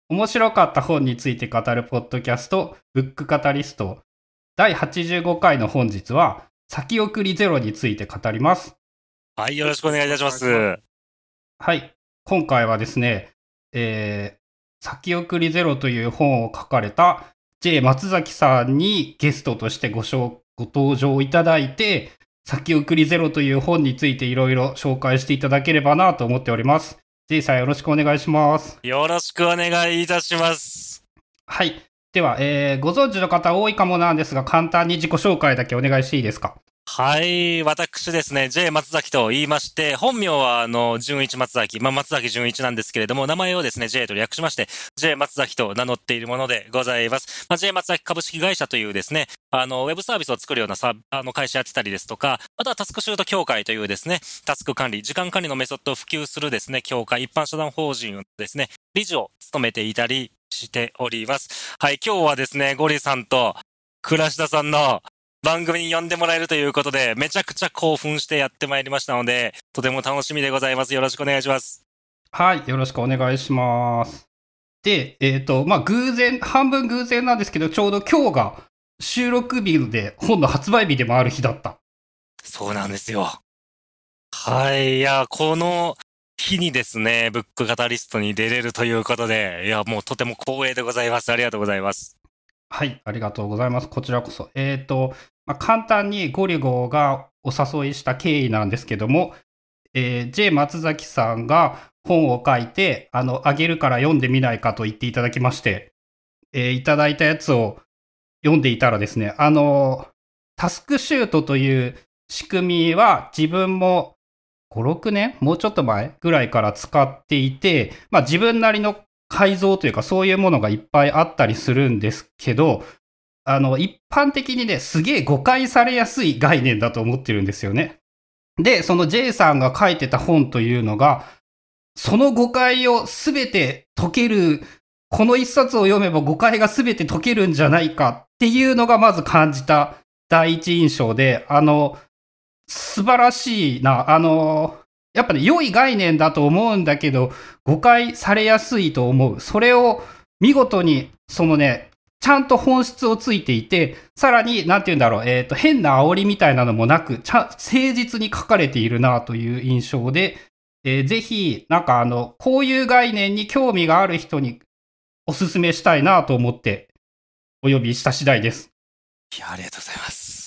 面白かった本について語るポッドキャスト、ブックカタリスト、第85回の本日は、先送りゼロについて語ります。 はい、よろしくお願いいたします。 はい、今回はですね、先送りゼロという本を書かれた J 松崎さんにゲストとしてご登場いただいて、先送りゼロという本についていろいろ紹介していただければなと思っております。J さんよろしくお願いします。 よろしくお願いいたします。 はい。では、ご存知の方多いかもなんですが、簡単に自己紹介だけお願いしていいですか。 はい、私ですね、J 松崎と言いまして、本名は純一松崎、松崎純一なんですけれども、名前をですね、J と略しまして、J 松崎と名乗っているものでございます。J 松崎株式会社というですね、ウェブサービスを作るような会社やってたりですとか、あとはタスクシュート協会というですね、タスク管理、時間管理のメソッドを普及するですね、協会、一般社団法人をですね、理事を務めていたりしております。はい、今日はですね、ゴリさんと倉下さんの番組に呼んでもらえるということで、めちゃくちゃ興奮してやってまいりましたので、とても楽しみでございます。よろしくお願いします。 はい、よろしくお願いします。で、半分偶然なんですけど、ちょうど今日が収録日で、本の発売日でもある日だった。 そうなんですよ。はい、いや、この日にですね、ブックカタリストに出れるということで、いや、もうとても光栄でございます。ありがとうございます。 はい、ありがとうございます。こちらこそ。簡単にゴリゴがお誘いした経緯なんですけども、J 松崎さんが本を書いて、あげるから読んでみないかと言っていただきまして、いただいたやつを読んでいたらですね、タスクシュートという仕組みは自分も5、6年もうちょっと前ぐらいから使っていて、自分なりの改造というかそういうものがいっぱいあったりするんですけど、一般的にね、すげえ誤解されやすい概念だと思ってるんですよね。で、その J さんが書いてた本というのが、その誤解をすべて解ける、この一冊を読めば誤解がすべて解けるんじゃないかっていうのがまず感じた第一印象で、素晴らしいな。やっぱね、良い概念だと思うんだけど、誤解されやすいと思う。それを見事に、ちゃんと本質をついていて、さらに、なんて言うんだろう、変な煽りみたいなのもなく、誠実に書かれているなという印象で、ぜひ、こういう概念に興味がある人にお勧めしたいなと思って、お呼びした次第です。 いや、ありがとうございます。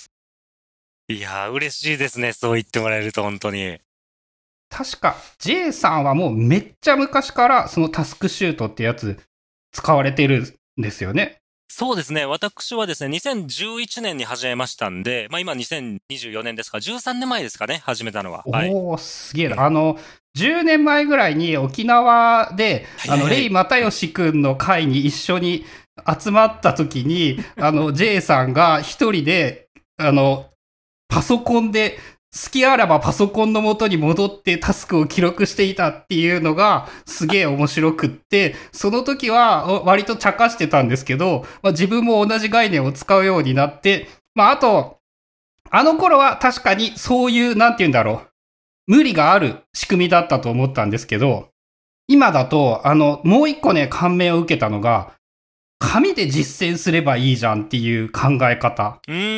いや、嬉しいですね。そう言ってもらえると、本当に。 確か J さんはもうめっちゃ昔からそのタスクシュートってやつ使われてるんですよね。 そうですね。私はですね、2011年に始めましたんで、今2024年ですか、13年前ですかね、始めたのは。はい。 おー、すげえな。10年前ぐらいに沖縄で、レイ・又吉くんの会に一緒に集まった時に、J さんが一人で、パソコンで、好きあらばパソコンの元に戻ってタスクを記録していたっていうのがすげえ面白くって、その時は割と茶化してたんですけど、自分も同じ概念を使うようになって、あと、あの頃は確かにそういう、なんて言うんだろう、無理がある仕組みだったと思ったんですけど、今だと、もう一個ね、感銘を受けたのが、紙で実践すればいいじゃんっていう考え方。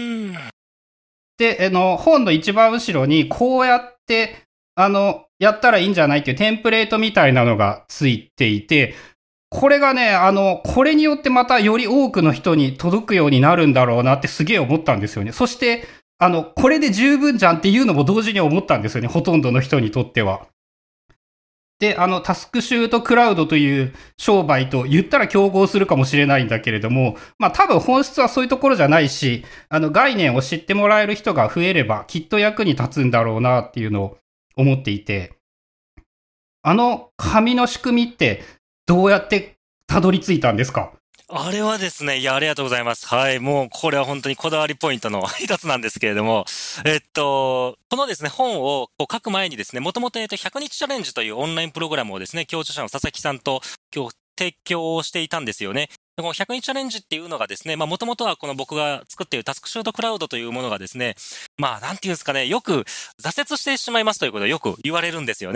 で、本の一番後ろに、こうやって、やったらいいんじゃないっていうテンプレートみたいなのがついていて、これがね、これによってまたより多くの人に届くようになるんだろうなってすげえ思ったんですよね。そして、これで十分じゃんっていうのも同時に思ったんですよね。ほとんどの人にとっては。で、タスクシュートクラウドという商売と言ったら競合するかもしれないんだけれども、多分本質はそういうところじゃないし、概念を知ってもらえる人が増えればきっと役に立つんだろうなっていうのを思っていて、紙の仕組みってどうやってたどり着いたんですか？ あれはですね、いや、ありがとうございます。はい。もう、これは本当にこだわりポイントの一つなんですけれども、このですね、本をこう書く前にですね、もともと100日チャレンジというオンラインプログラムをですね、共著者の佐々木さんと今日提供をしていたんですよね。この100日チャレンジっていうのがですね、もともとはこの僕が作っているタスクシュートクラウドというものがですね、なんていうんですかね、よく挫折してしまいますということをよく言われるんですよね。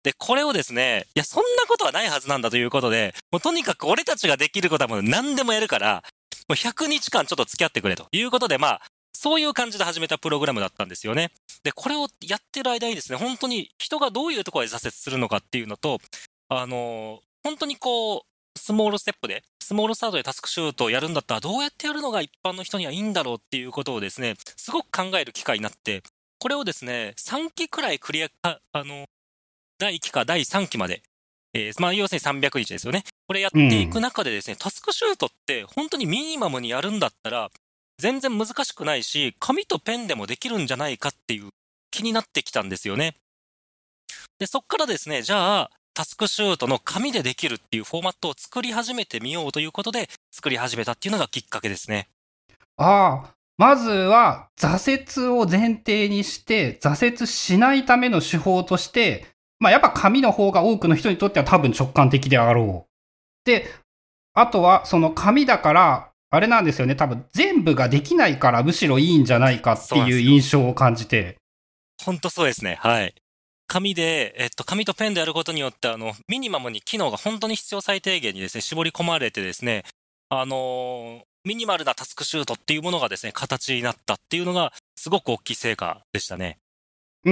で、これをですね、いや、そんなことはないはずなんだということで、もうとにかく俺たちができることはもう何でもやるから、もう100日間ちょっと付き合ってくれということで、まあ、そういう感じで始めたプログラムだったんですよね。で、これをやってる間にですね、本当に人がどういうところで挫折するのかっていうのと、本当にこう、スモールステップで、スモールスタートでタスクシュートをやるんだったら、どうやってやるのが一般の人にはいいんだろうっていうことをですね、すごく考える機会になって、これをですね、3期くらいクリア、第1期か第3期まで、まあ、要するに300日ですよね。これやっていく中でですね、タスクシュートって本当にミニマムにやるんだったら、全然難しくないし、紙とペンでもできるんじゃないかっていう気になってきたんですよね。で、そっからですね、じゃあ、タスクシュートの紙でできるっていうフォーマットを作り始めてみようということで、作り始めたっていうのがきっかけですね。 ああ、まずは挫折を前提にして、挫折しないための手法として、まあやっぱ紙の方が多くの人にとっては多分直感的であろう。で、あとはその紙だから、あれなんですよね、多分全部ができないからむしろいいんじゃないかっていう印象を感じて。 本当そうですね。はい。紙で、紙とペンでやることによって、ミニマムに機能が本当に必要最低限にですね、絞り込まれてですね、ミニマルなタスクシュートっていうものがですね、形になったっていうのが、すごく大きい成果でしたね。 うん。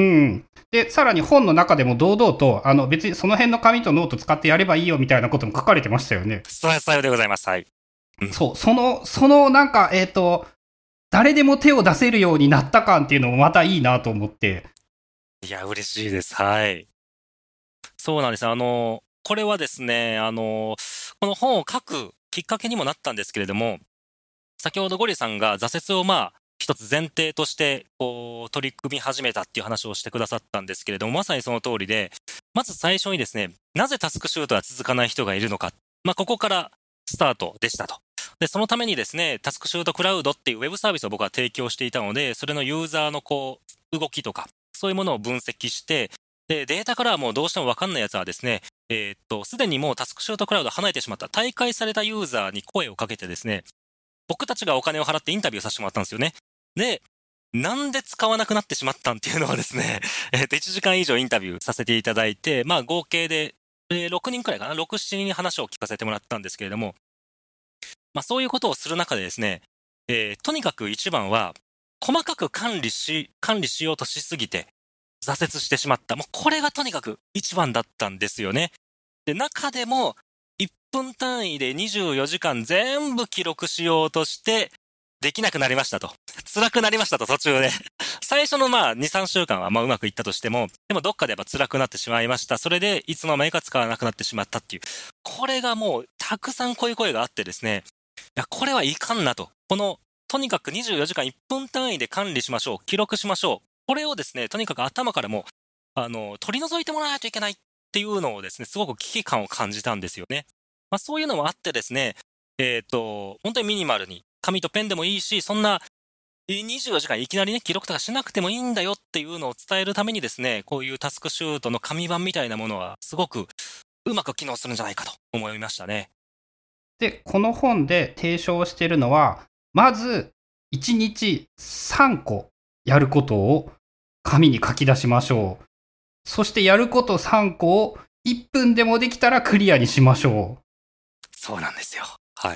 で、さらに本の中でも堂々と、別にその辺の紙とノート使ってやればいいよみたいなことも書かれてましたよね。 さようでございます。はい。 そう、そのなんか、誰でも手を出せるようになった感っていうのもまたいいなと思って。 いや、嬉しいです。はい。そうなんです。これはですね、この本を書くきっかけにもなったんですけれども、先ほどゴリさんが挫折を一つ前提として、こう、取り組み始めたっていう話をしてくださったんですけれども、まさにその通りで、まず最初にですね、なぜタスクシュートが続かない人がいるのか。ここからスタートでしたと。で、そのためにですね、タスクシュートクラウドっていうウェブサービスを僕は提供していたので、それのユーザーのこう、動きとか、そういうものを分析して、で、データからはもうどうしてもわかんないやつはですね、すでにもうタスクシュートクラウド離れてしまった退会されたユーザーに声をかけてですね、僕たちがお金を払ってインタビューさせてもらったんですよね。で、なんで使わなくなってしまったんっていうのはですね、1時間以上インタビューさせていただいて、合計で、6人くらいかな、6、7人に話を聞かせてもらったんですけれども、そういうことをする中でですね、とにかく一番は、細かく管理しようとしすぎて、挫折してしまった。もうこれがとにかく一番だったんですよね。で、中でも、1分単位で24時間全部記録しようとして、できなくなりましたと。辛くなりましたと、途中で。最初の2、3週間はうまくいったとしても、でもどっかでやっぱ辛くなってしまいました。それでいつの間にか使わなくなってしまったっていう。これがもう、たくさんこういう声があってですね、いや、これはいかんなと。とにかく24時間1分単位で管理しましょう。記録しましょう。これをですね、とにかく頭からも取り除いてもらわないといけないっていうのをですね、すごく危機感を感じたんですよね。そういうのもあってですね、本当にミニマルに、紙とペンでもいいし、そんな24時間いきなりね、記録とかしなくてもいいんだよっていうのを伝えるためにですね、こういうタスクシュートの紙版みたいなものは、すごくうまく機能するんじゃないかと思いましたね。 で、この本で提唱しているのは、まず、1日3個やることを紙に書き出しましょう。そしてやること3個を1分でもできたらクリアにしましょう。 そうなんですよ。はい。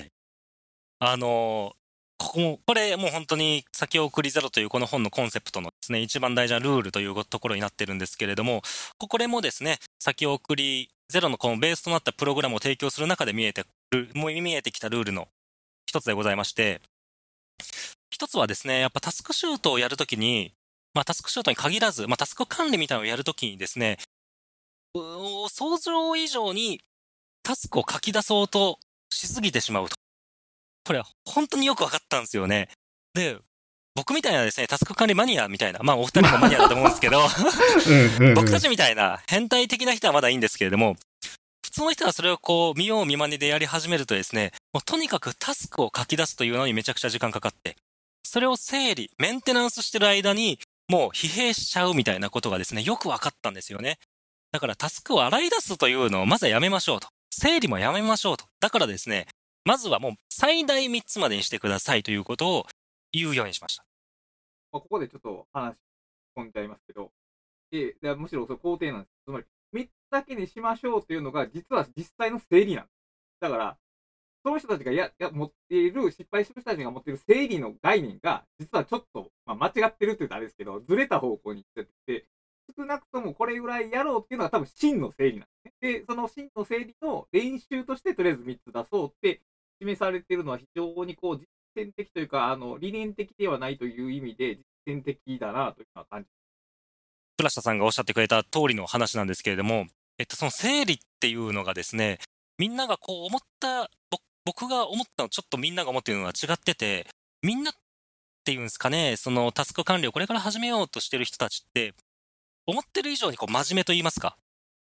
これもう本当に先送りゼロというこの本のコンセプトのですね、一番大事なルールというところになってるんですけれども、これもですね、先送りゼロのこのベースとなったプログラムを提供する中で見えてきたルールの一つでございまして、一つはですね、やっぱタスクシュートをやるときに、タスクシュートに限らず、タスク管理みたいなのをやるときにですね、想像以上にタスクを書き出そうとしすぎてしまうと。これは本当によく分かったんですよね。で、僕みたいなですね、タスク管理マニアみたいな、お二人もマニアだと思うんですけど、僕たちみたいな変態的な人はまだいいんですけれども、普通の人はそれをこう、見よう見まねでやり始めるとですね、もうとにかくタスクを書き出すというのにめちゃくちゃ時間かかって、それを整理、メンテナンスしてる間に、もう疲弊しちゃうみたいなことがですね、よく分かったんですよね。だからタスクを洗い出すというのをまずはやめましょうと。整理もやめましょうと。だからですね、まずはもう最大3つまでにしてくださいということを言うようにしました。 ここでちょっと話込んじゃいますけど、でむしろそれ肯定なんです。つまり3つだけにしましょうっていうのが、実は実際の整理なんです。だから、その人たちが持っている、失敗する人たちが持っている整理の概念が、実はちょっと、間違ってるって言うとあれですけど、ずれた方向に行ってて、少なくともこれぐらいやろうっていうのが多分真の整理なんですね。で、その真の整理の練習としてとりあえず3つ出そうって示されているのは非常に実践的というか、理念的ではないという意味で実践的だなというのは感じます。 倉下さんがおっしゃってくれた通りの話なんですけれども、その整理っていうのがですね、みんながこう思った、僕が思ったのちょっとみんなが思っているのは違ってて、みんなっていうんですかね、そのタスク管理をこれから始めようとしてる人たちって、思ってる以上にこう真面目と言いますか。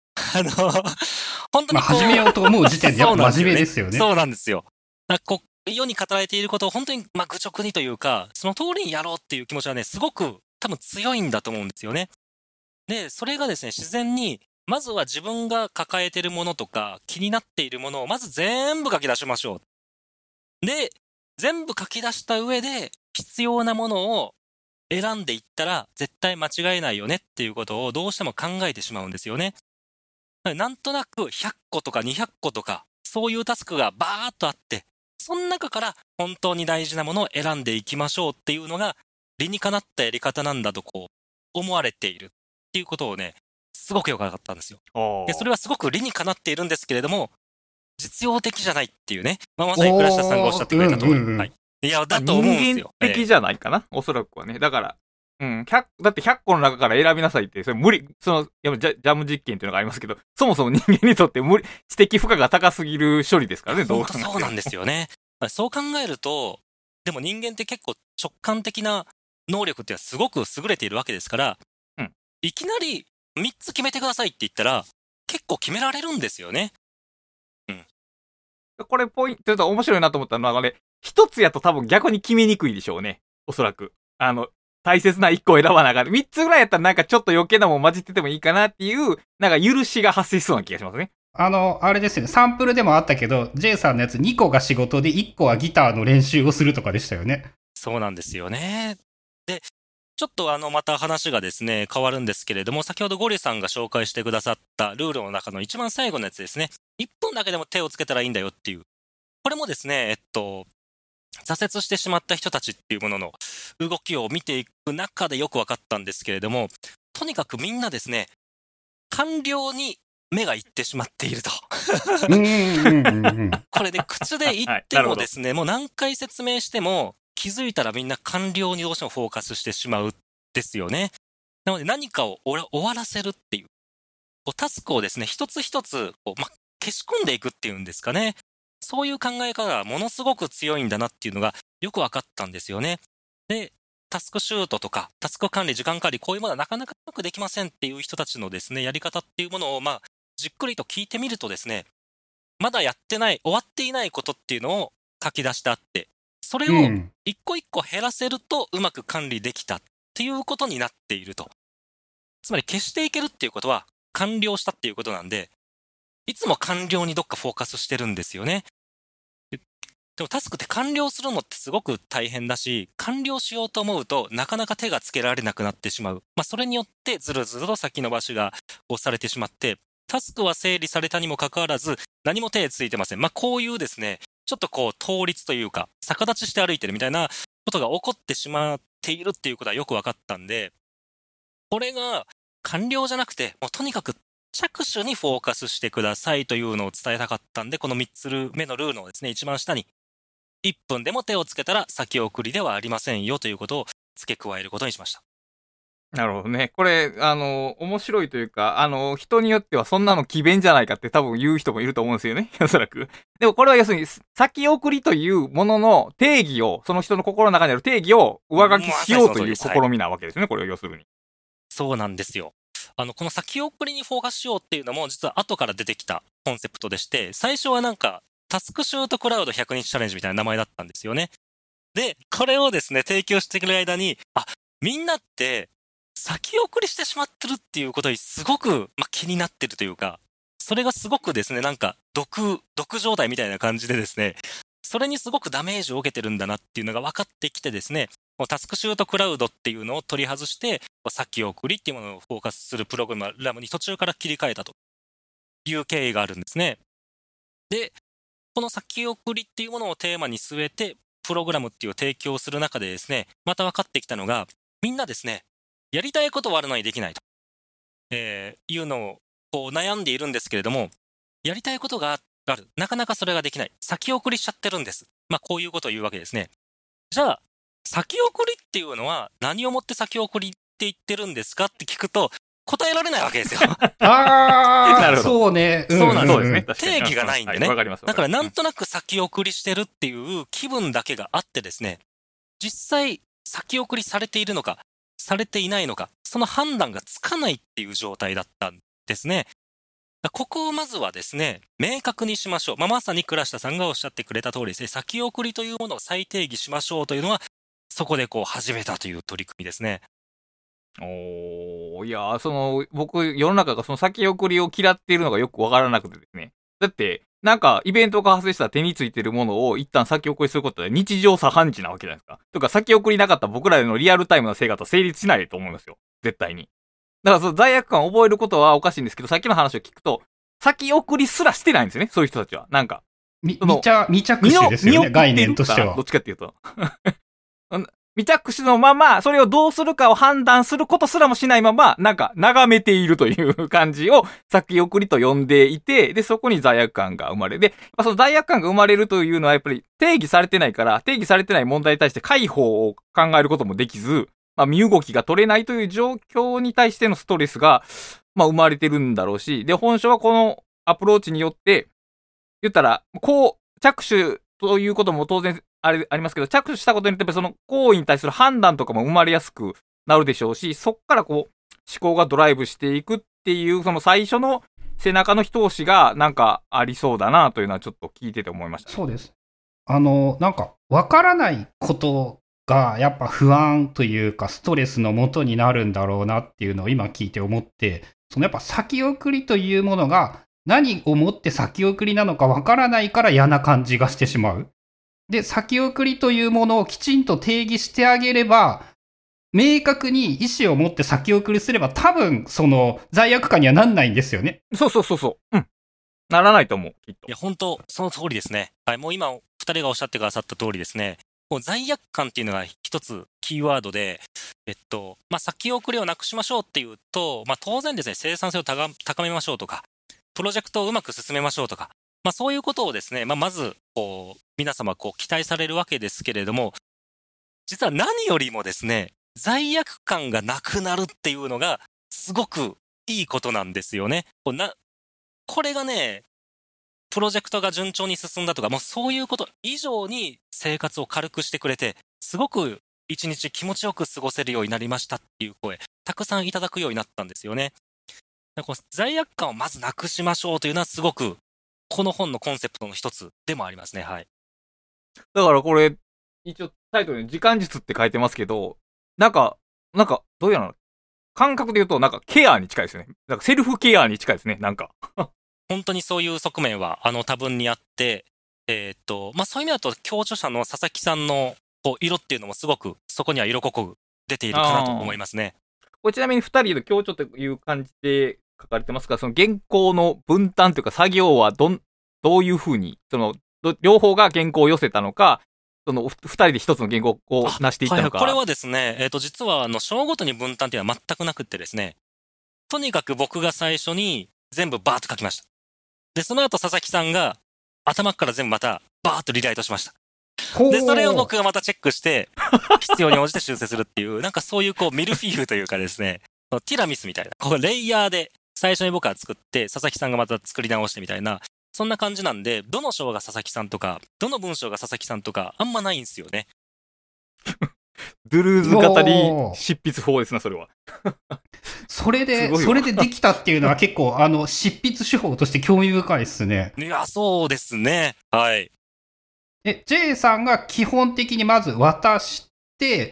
本当に始めようと思う時点でやっぱ真面目ですよね。 そうなんですよ。世に語られていることを本当に愚直にというか、その通りにやろうっていう気持ちはね、すごく多分強いんだと思うんですよね。で、それがですね、自然に、まずは自分が抱えているものとか、気になっているものをまず全部書き出しましょう。で、全部書き出した上で、必要なものを選んでいったら、絶対間違えないよねっていうことをどうしても考えてしまうんですよね。なんとなく100個とか200個とか、そういうタスクがバーっとあって、その中から本当に大事なものを選んでいきましょうっていうのが、理にかなったやり方なんだと思われているっていうことをね、すごくよく分かったんですよ。で、それはすごく理にかなっているんですけれども、実用的じゃないっていうね。まさに倉下さんがおっしゃってくれた通り。はい。いや、だと思うんですよ。 人間的じゃないかな、おそらくはね。だから、だって100個の中から選びなさいって、それ無理、ジャム実験っていうのがありますけど、そもそも人間にとって知的負荷が高すぎる処理ですからね、 どう考えても。そうなんですよね。そう考えると、でも人間って結構直感的な能力っていうのはすごく優れているわけですから、いきなり3つ決めてくださいって言ったら、結構決められるんですよね。 これポイント、ちょっと面白いなと思ったのは、一つやと多分逆に決めにくいでしょうね。おそらく。大切な1個を選ばながら、3つぐらいやったらなんかちょっと余計なもん混じっててもいいかなっていう、なんか許しが発生しそうな気がしますね。 あれですよね。サンプルでもあったけど、J さんのやつ2個が仕事で1個はギターの練習をするとかでしたよね。 そうなんですよね。で、ちょっとまた話がですね、変わるんですけれども、先ほどゴリさんが紹介してくださったルールの中の一番最後のやつですね。1分だけでも手をつけたらいいんだよっていう。これもですね、挫折してしまった人たちっていうものの動きを見ていく中でよく分かったんですけれども、とにかくみんなですね、完了に目がいってしまっていると。これで口で言ってもですね、もう何回説明しても気づいたらみんな完了にどうしてもフォーカスしてしまうですよね。なので何かを終わらせるっていう、タスクをですね、一つ一つ消し込んでいくっていうんですかね。そういう考え方がものすごく強いんだなっていうのがよく分かったんですよね。で、タスクシュートとか、タスク管理、時間管理、こういうものはなかなかうまくできませんっていう人たちのですね、やり方っていうものを、じっくりと聞いてみるとですね、まだやってない、終わっていないことっていうのを書き出してあって、それを一個一個減らせるとうまく管理できたっていうことになっていると。つまり消していけるっていうことは完了したっていうことなんで、いつも完了にどっかフォーカスしてるんですよね。でもタスクって完了するのってすごく大変だし、完了しようと思うとなかなか手がつけられなくなってしまう。それによってずるずると先延ばしがされてしまって、タスクは整理されたにもかかわらず何も手ついてません。こういうですね、ちょっと倒立というか逆立ちして歩いてるみたいなことが起こってしまっているっていうことはよく分かったんで、これが完了じゃなくて、もうとにかく着手にフォーカスしてくださいというのを伝えたかったんで、この3つ目のルールのですね、一番下に、1分でも手をつけたら先送りではありませんよということを付け加えることにしました。 なるほどね。これ、面白いというか、人によってはそんなの詭弁じゃないかって多分言う人もいると思うんですよね。おそらく。でもこれは要するに、先送りというものの定義を、その人の心の中にある定義を上書きしようという試みなわけですよね、これを要するに。 そうなんですよ。この先送りにフォーカスしようっていうのも実は後から出てきたコンセプトでして、最初はなんかタスクシュートクラウド100日チャレンジみたいな名前だったんですよね。で、これをですね、提供してくれる間に、みんなって先送りしてしまってるっていうことにすごく、気になってるというか、それがすごくですね、なんか毒状態みたいな感じでですね、それにすごくダメージを受けてるんだなっていうのが分かってきてですね、タスクシュートクラウドっていうのを取り外して、先送りっていうものをフォーカスするプログラムに途中から切り替えたという経緯があるんですね。で、この先送りっていうものをテーマに据えて、プログラムっていう提供をする中でですね、また分かってきたのが、みんなですね、やりたいことはあるのにできないと、いうのをこう悩んでいるんですけれども、やりたいことがある。なかなかそれができない。先送りしちゃってるんです。こういうことを言うわけですね。じゃあ、先送りっていうのは何をもって先送りって言ってるんですかって聞くと、答えられないわけですよ。 なるほどそうね。 そうなんですそうですね。確かに定義がないんでね。 わかります。 だからなんとなく先送りしてるっていう気分だけがあってですね、実際先送りされているのか、されていないのか、その判断がつかないっていう状態だったんですね。ここをまずはですね、明確にしましょう。まさに倉下さんがおっしゃってくれた通りですね、先送りというものを再定義しましょうというのは、そこでこう始めたという取り組みですね。 いや僕、世の中がその先送りを嫌っているのがよくわからなくてですね。だって、なんか、イベントが発生したら手についてるものを一旦先送りすることで日常茶飯事なわけじゃないですか。とか、先送りなかった僕らのリアルタイムな生活は成立しないと思いますよ。絶対に。だからその罪悪感を覚えることはおかしいんですけど、さっきの話を聞くと、先送りすらしてないんですよね、そういう人たちは。なんか。 未着手ですよね、概念としては。 どっちかっていうと。未着手のまま、それをどうするかを判断することすらもしないまま、なんか、眺めているという感じを、先送りと呼んでいて、で、そこに罪悪感が生まれで、その罪悪感が生まれるというのは、やっぱり定義されてないから、定義されてない問題に対して解放を考えることもできず、身動きが取れないという状況に対してのストレスが、生まれてるんだろうし、で、本書はこのアプローチによって、言ったら、こう、着手ということも当然ありますけど、着手したことによってその行為に対する判断とかも生まれやすくなるでしょうし、そっからこう、思考がドライブしていくっていう、その最初の背中の一押しがなんかありそうだなというのはちょっと聞いてて思いました。 そうです。なんか、わからないことがやっぱ不安というか、ストレスの元になるんだろうなっていうのを今聞いて思って、やっぱ先送りというものが、何をもって先送りなのかわからないから嫌な感じがしてしまう。で、先送りというものをきちんと定義してあげれば、明確に意思を持って先送りすれば、多分、その罪悪感にはなんないんですよね。 そう。うん。ならないと思う、きっと。 いや、本当その通りですね。はい、もう今、二人がおっしゃってくださった通りですね。もう罪悪感っていうのが一つキーワードで、先送りをなくしましょうっていうと、当然ですね、生産性を高めましょうとか、プロジェクトをうまく進めましょうとか、そういうことをですね、まず、皆様、期待されるわけですけれども、実は何よりもですね、罪悪感がなくなるっていうのが、すごくいいことなんですよね。これがね、プロジェクトが順調に進んだとか、もうそういうこと以上に生活を軽くしてくれて、すごく一日気持ちよく過ごせるようになりましたっていう声、たくさんいただくようになったんですよね。罪悪感をまずなくしましょうというのはすごく、この本のコンセプトの一つでもありますね。はい。 だからこれ、一応タイトルに時間術って書いてますけど、なんか、どうやら、感覚で言うと、なんかケアに近いですよね。なんかセルフケアに近いですね、なんか。 本当にそういう側面は、多分にあって、そういう意味だと、共著者の佐々木さんの色っていうのもすごく、そこには色濃く出ているかなと思いますね。 これちなみに2人の共著という感じで書かれてますが、その原稿の分担というか作業はどういうふうに、両方が原稿を寄せたのか、その2人で一つの原稿を成していったのか。 これはですね、実は章ごとに分担っていうのは全くなくってですね、とにかく僕が最初に全部バーッと書きました。で、その後佐々木さんが頭から全部またバーッとリライトしました。で、それを僕がまたチェックして、必要に応じて修正するっていう、なんかそういうミルフィーユというかですね、ティラミスみたいな、レイヤーで最初に僕が作って、佐々木さんがまた作り直してみたいな、そんな感じなんで、どの章が佐々木さんとか、どの文章が佐々木さんとか、あんまないんですよね。 ドゥルーズ語り執筆法ですな、それは。 それでできたっていうのは結構、執筆手法として興味深いですね。 いや、そうですね。はい。 J さんが基本的にまず渡して、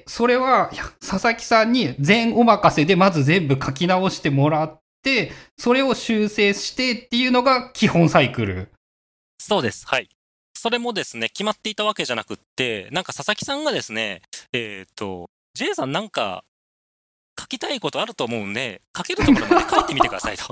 それは佐々木さんに全お任せでまず全部書き直してもらって、それを修正してっていうのが基本サイクル。 そうです。はい。それもですね、決まっていたわけじゃなくって、なんか佐々木さんがですね、J さんなんか書きたいことあると思うんで、書けるところまで書いてみてくださいと。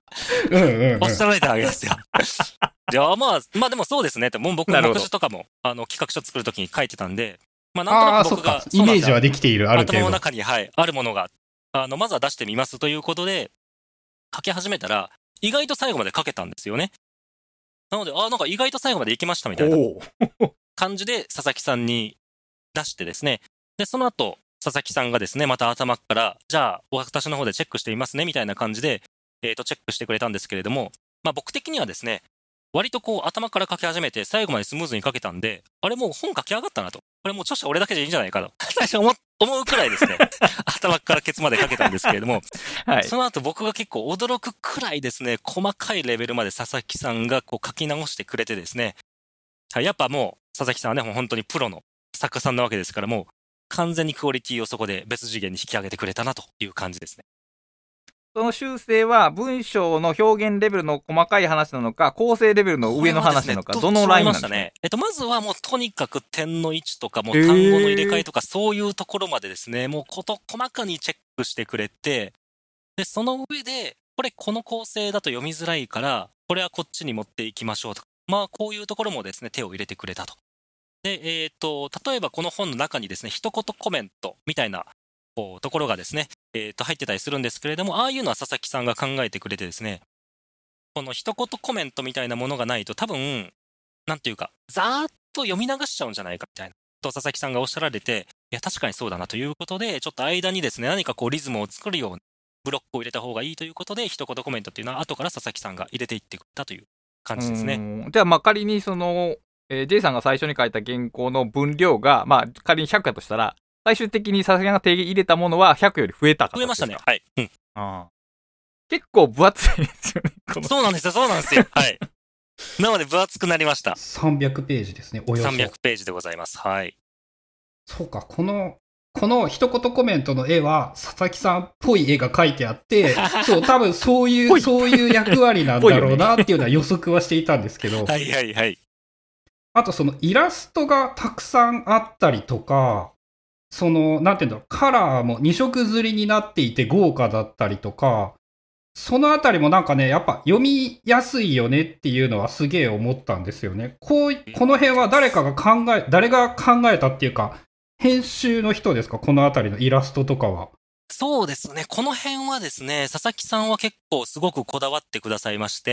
うんうんうん。 おっしゃられたわけですよ。いや、まあでもそうですねって、もう僕、目なるほど次とかも、企画書作るときに書いてたんで、まあなんとなああ、そっかく僕が、。 イメージはでできている、ある程度。 頭の中に、はい、あるものが、まずは出してみますということで、書き始めたら、意外と最後まで書けたんですよね。なので、なんか意外と最後まで行きましたみたいなお感じで、佐々木さんに出してですね、で、その後、佐々木さんがですね、また頭から、じゃあ、私の方でチェックしてみますね、みたいな感じで、チェックしてくれたんですけれども、まあ僕的にはですね、割とこう頭から書き始めて最後までスムーズに書けたんで、あれもう本書き上がったなと。これもう著者俺だけでいいんじゃないかと。最初思うくらいですね、頭からケツまで書けたんですけれども、 はい。 その後僕が結構驚くくらいですね、細かいレベルまで佐々木さんがこう書き直してくれてですね、はいやっぱもう佐々木さんはね、もう本当にプロの作家さんなわけですから、もう完全にクオリティをそこで別次元に引き上げてくれたなという感じですね。 その修正は文章の表現レベルの細かい話なのか、構成レベルの上の話なのか、 これはですねどのラインなんですかましたね。まずはもうとにかく点の位置とか、もうへー単語の入れ替えとか、そういうところまでですね、もう細かにチェックしてくれて、で、その上で、この構成だと読みづらいから、これはこっちに持っていきましょうとか、まあこういうところもですね、手を入れてくれたと。で、例えばこの本の中にですね、一言コメントみたいな、こう、ところがですね、入ってたりするんですけれども、ああいうのは佐々木さんが考えてくれてですね、この一言コメントみたいなものがないと多分、なんていうか、ざーっと読み流しちゃうんじゃないかみたいな、と佐々木さんがおっしゃられて、いや、確かにそうだなということで、ちょっと間にですね、何かこうリズムを作るように、ブロックを入れた方がいいということで、一言コメントっていうのは後から佐々木さんが入れていってくれたという感じですね。 じゃあ、まあ仮にその、J さんが最初に書いた原稿の分量が、まあ仮に100やとしたら、最終的に佐々木さんが提言入れたものは100より増えたか増えましたね。はい。うん。 結構分厚いですよね。このそうなんですよ、そうなんですよ。はい。なので分厚くなりました。 300ページですね、およそ。 300ページでございます。はい。 そうか、この一言コメントの絵は、佐々木さんっぽい絵が描いてあって、そう、多分そういぽいう役割なんだろうなっていうのは予測はしていたんですけど、 はいはいはい。 あとそのイラストがたくさんあったりとか、その、なんていうんだろう、カラーも2色刷りになっていて豪華だったりとか、そのあたりもなんかね、やっぱ読みやすいよねっていうのはすげえ思ったんですよね。この辺は誰が考えたっていうか、編集の人ですか、このあたりのイラストとかは。 そうですね。この辺はですね、佐々木さんは結構すごくこだわってくださいまして、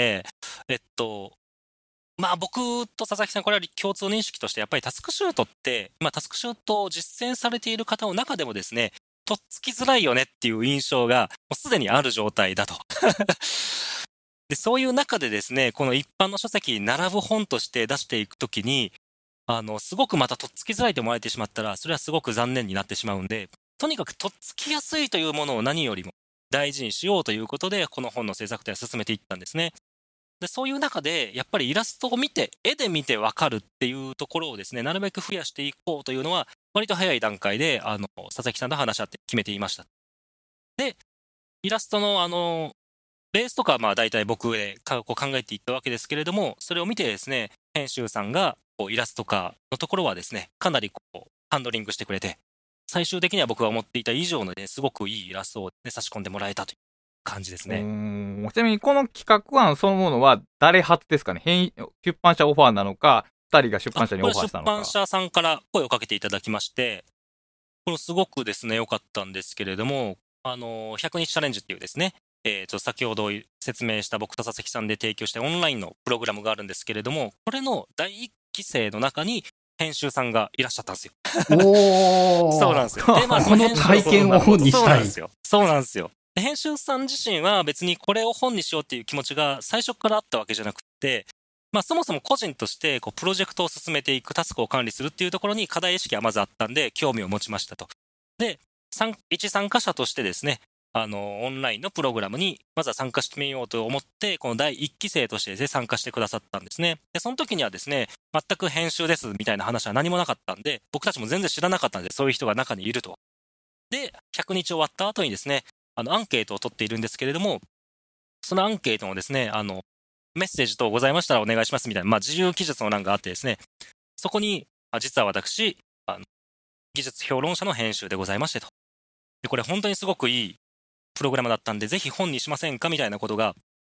まあ僕と佐々木さん、これは共通認識として、やっぱりタスクシュートって、まあタスクシュートを実践されている方の中でもですね、とっつきづらいよねっていう印象が、もうすでにある状態だと。で、そういう中でですね、この一般の書籍に並ぶ本として出していくときに、すごくまたとっつきづらいと思われてしまったら、それはすごく残念になってしまうんで、とにかくとっつきやすいというものを何よりも大事にしようということで、この本の制作では進めていったんですね。で、そういう中で、やっぱりイラストを見て、絵で見てわかるっていうところをですね、なるべく増やしていこうというのは、割と早い段階で、佐々木さんと話し合って決めていました。で、イラストのベースとかはまあ大体僕でこう考えていったわけですけれども、それを見てですね、編集さんがこうイラスト化のところはですね、かなりこうハンドリングしてくれて、最終的には僕が思っていた以上のね、すごくいいイラストを、ね、差し込んでもらえたという感じですね。 ちなみにこの企画案そのものは誰発ですかね、出版社オファーなのか、2人が出版社にオファーしたのか。 これ出版社さんから声をかけていただきまして、これすごくですね、良かったんですけれども、100日チャレンジっていうですね、先ほど説明した僕と佐々木さんで提供したオンラインのプログラムがあるんですけれども、これの第1期生の中に編集さんがいらっしゃったんですよ。 おー。 そうなんですよ。で、まあ、 この体験を本にしたい。 そうなんですよ。そうなんですよ。で編集さん自身は別にこれを本にしようっていう気持ちが最初からあったわけじゃなくて、まあそもそも個人としてこうプロジェクトを進めていくタスクを管理するっていうところに課題意識はまずあったんで興味を持ちましたと。で、一参加者としてですね、オンラインのプログラムにまずは参加してみようと思って、この第1期生としてですね、参加してくださったんですね。で、その時にはですね、全く編集ですみたいな話は何もなかったんで、僕たちも全然知らなかったんで、そういう人が中にいると。で、100日終わった後にですね、アンケートを取っているんですけれども、そのアンケートもですね、メッセージ等ございましたらお願いしますみたいな、まあ、自由記述の欄があってですね、そこに、実は私、技術評論者の編集でございましてと。で、これ本当にすごくいいプログラムだったんで、ぜひ本にしませんかみたいなことが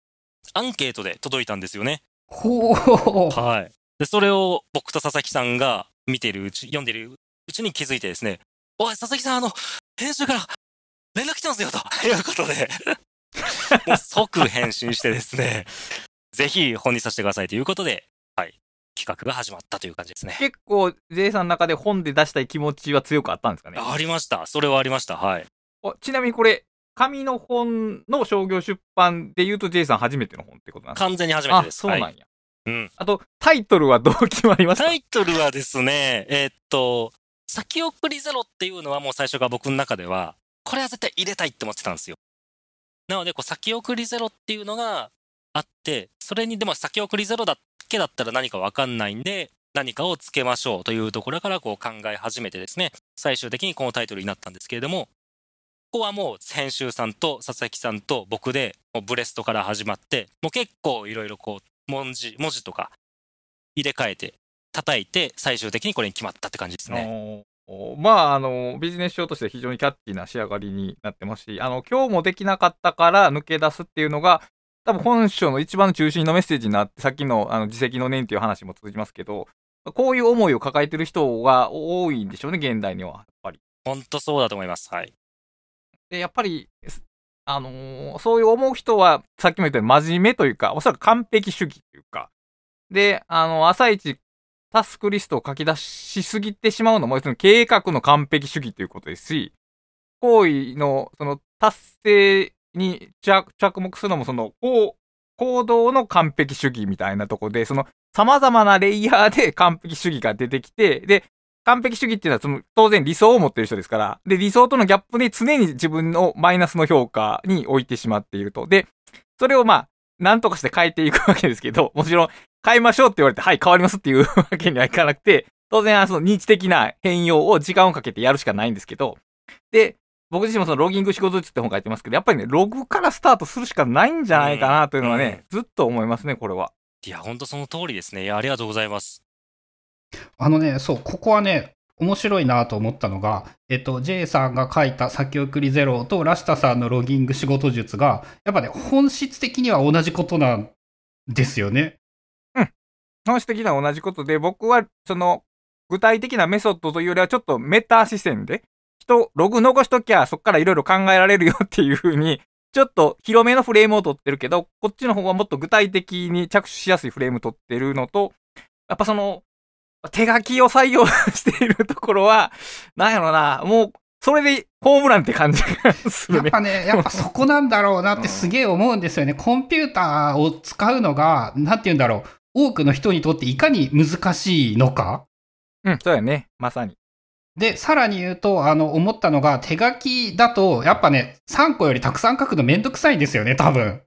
アンケートで届いたんですよね。 ほう。 はい。で、それを僕と佐々木さんが読んでるうちに気づいてですね、おい、佐々木さん、編集から連絡来てますよ、ということで、もう即返信してですね、ぜひ本にさせてくださいということで、はい、企画が始まったという感じですね。 結構 J さんの中で本で出したい気持ちは強くあったんですかね。 ありました。それはありました。はい。 ちなみにこれ、紙の本の商業出版で言うと J さん初めての本ってことなんですか？ 完全に初めてです。 そうなんや。 はい、うん。 あと、タイトルはどう決まりました？ タイトルはですね、先送りゼロっていうのはもう最初から僕の中では、これは絶対入れたいって思ってたんですよ。なので、先送りゼロっていうのがあって、それにでも先送りゼロだけだったら何かわかんないんで、何かをつけましょうというところから考え始めてですね、最終的にこのタイトルになったんですけれども、ここはもう編集さんと佐々木さんと僕で、もうブレストから始まって、もう結構いろいろ文字とか入れ替えて、叩いて、最終的にこれに決まったって感じですね。 まあ、ビジネス書として非常にキャッチーな仕上がりになってますし、今日もできなかったから抜け出すっていうのが、多分本書の一番中心のメッセージになって、さっきの自責の念っていう話も続きますけど、こういう思いを抱えてる人が多いんでしょうね、現代には、やっぱり。 本当そうだと思います。はい。 で、やっぱり、そういう思う人は、さっきも言ったように真面目というか、おそらく完璧主義というか、で、朝一、タスクリストを書き出しすぎてしまうのも、計画の完璧主義ということですし、行為の、達成に着目するのも、行動の完璧主義みたいなところで、様々なレイヤーで完璧主義が出てきて、で、完璧主義っていうのは当然理想を持っている人ですから、で、理想とのギャップで常に自分のマイナスの評価に置いてしまっていると。で、それをなんとかして変えていくわけですけど、もちろん変えましょうって言われて、はい、変わりますっていうわけにはいかなくて、当然認知的な変容を時間をかけてやるしかないんですけど、で、僕自身もロギング仕事術って本書いてますけど、やっぱりね、ログからスタートするしかないんじゃないかなというのはね、ずっと思いますね、これは。 いや、ほんとその通りですね。いや、ありがとうございます。 そう、ここはね、面白いなと思ったのが、J さんが書いた先送りゼロとラシタさんのロギング仕事術が、やっぱね、本質的には同じことなんですよね。 うん。本質的には同じことで、僕は、具体的なメソッドというよりは、ちょっとメタ視線で、ログ残しときゃ、そっからいろいろ考えられるよっていう風に、ちょっと広めのフレームを取ってるけど、こっちの方はもっと具体的に着手しやすいフレーム取ってるのと、やっぱ手書きを採用しているところは、なんやろな、もう、それでホームランって感じがするね。 やっぱそこなんだろうなってすげえ思うんですよね。コンピューターを使うのが、なんて言うんだろう、多くの人にとっていかに難しいのか。 うん、そうやね。まさに。 で、さらに言うと、思ったのが、手書きだと、やっぱね、3個よりたくさん書くのめんどくさいんですよね、多分。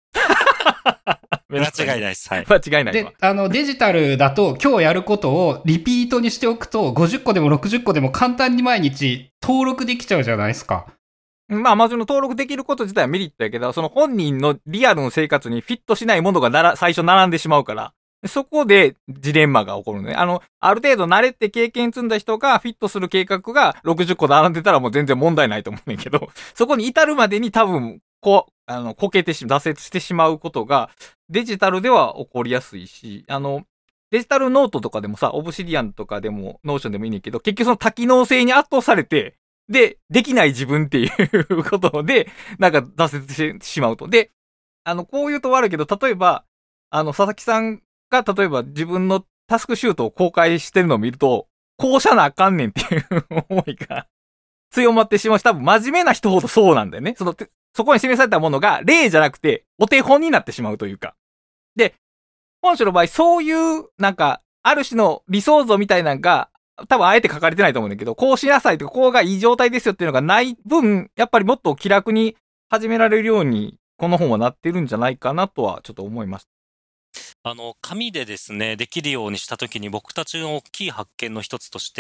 間違いないです。はい。 間違いないわ。 で、デジタルだと今日やることをリピートにしておくと、50個でも60個でも簡単に毎日登録できちゃうじゃないですか。 まあ、まず登録できること自体はメリットやけど、その本人のリアルの生活にフィットしないものが最初並んでしまうから、そこでジレンマが起こるね。ある程度慣れて経験積んだ人がフィットする計画が60個並んでたらもう全然問題ないと思うねんけど、そこに至るまでに多分、挫折してしまうことがデジタルでは起こりやすいし、デジタルノートとかでもさ、オブシディアンとかでも、ノーションでもいいねんけど、結局その多機能性に圧倒されて、できない自分っていうことで、なんか挫折してしまうと。で、こう言うと悪いけど、例えば、佐々木さんが、例えば自分のタスクシュートを公開してるのを見ると、こうしゃなあかんねんっていう思いが強まってしまうし、多分真面目な人ほどそうなんだよね。そこに示されたものが例じゃなくて、お手本になってしまうというか。で、本書の場合、そういう、なんか、ある種の理想像みたいなのが、多分あえて書かれてないと思うんだけど、こうしなさいとか、こうがいい状態ですよっていうのがない分、やっぱりもっと気楽に始められるように、この本はなってるんじゃないかなとはちょっと思いました。 紙でですね、できるようにしたときに僕たちの大きい発見の一つとして、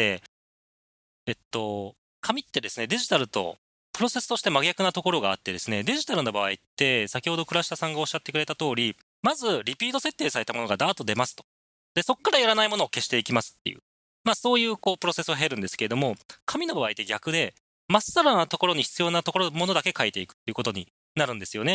紙ってですね、デジタルとプロセスとして真逆なところがあってですね、デジタルの場合って、先ほど倉下さんがおっしゃってくれた通り、まずリピート設定されたものがダーッと出ますと。で、そこからやらないものを消していきますっていう。まあそういうプロセスを経るんですけれども、紙の場合って逆で、まっさらなところに必要なものだけ書いていくっていうことになるんですよね。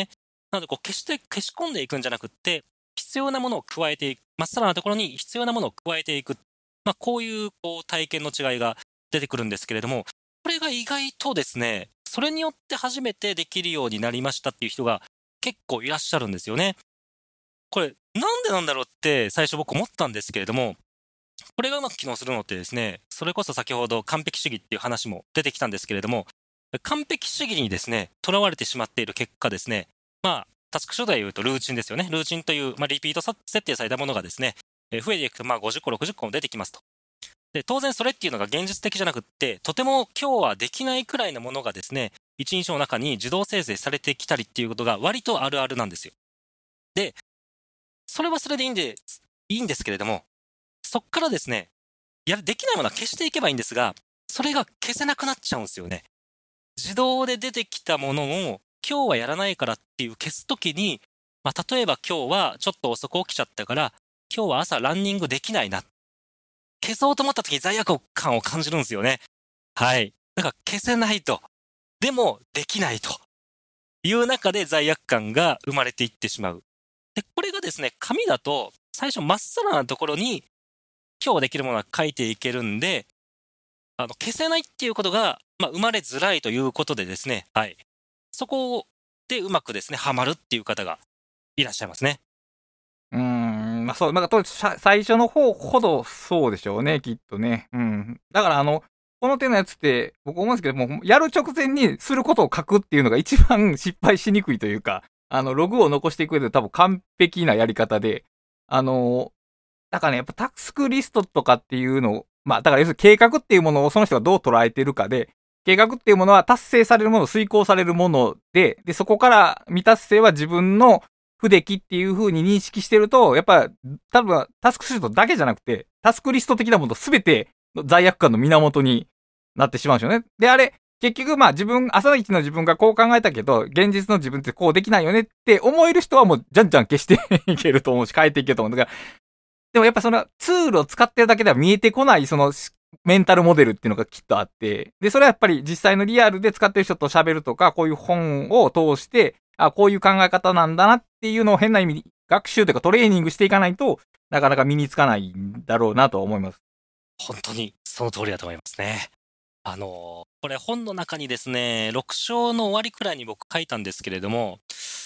なので、決して消し込んでいくんじゃなくって、必要なものを加えていく。まっさらなところに必要なものを加えていく。こういう、体験の違いが出てくるんですけれども、これが意外とですね、それによって初めてできるようになりましたっていう人が結構いらっしゃるんですよね。これ、なんでなんだろうって最初僕思ったんですけれども、これがうまく機能するのってですね、それこそ先ほど完璧主義っていう話も出てきたんですけれども、完璧主義にですね、囚われてしまっている結果ですね、タスク書で言うとルーチンですよね。ルーチンという、リピート設定されたものがですね、増えていくと50個、60個も出てきますと。で、当然それっていうのが現実的じゃなくって、とても今日はできないくらいのものがですね、一日の中に自動生成されてきたりっていうことが割とあるあるなんですよ。で、それはそれでいいんですけれども、そっからですね、できないものは消していけばいいんですが、それが消せなくなっちゃうんですよね。自動で出てきたものを今日はやらないからっていう消すときに、例えば今日はちょっと遅く起きちゃったから、今日は朝ランニングできないな。消そうと思ったときに罪悪感を感じるんですよね。はい。だから消せないと。でもできないという中で罪悪感が生まれていってしまう。で、これがですね、紙だと最初まっさらなところに今日できるものは書いていけるんで、消せないっていうことが、生まれづらいということでですね、はい。そこでうまくですね、ハマるっていう方がいらっしゃいますね。 そう、最初の方ほどそうでしょうね、きっとね。だからこの手のやつって、僕思うんですけども、やる直前にすることを書くっていうのが一番失敗しにくいというか、ログを残していく上で多分完璧なやり方で、だからね、やっぱタスクリストとかっていうのを、だから要するに計画っていうものをその人がどう捉えてるかで、計画っていうものは達成されるもの、遂行されるもので、そこから未達成は自分の不出来っていう風に認識してると、やっぱ多分タスクシートだけじゃなくて、タスクリスト的なものすべて罪悪感の源になってしまうんですよね。で、あれ、結局朝一の自分がこう考えたけど、現実の自分ってこうできないよねって思える人はもうじゃんじゃん消していけると思うし、変えていけると思う。だからでもやっぱそのツールを使ってるだけでは見えてこないそのメンタルモデルっていうのがきっとあって、で、それはやっぱり実際のリアルで使ってる人と喋るとか、こういう本を通して、こういう考え方なんだなっていうのを変な意味に学習というかトレーニングしていかないとなかなか身につかないんだろうなと思います。 本当にその通りだと思いますね。これ本の中にですね、6章の終わりくらいに僕書いたんですけれども、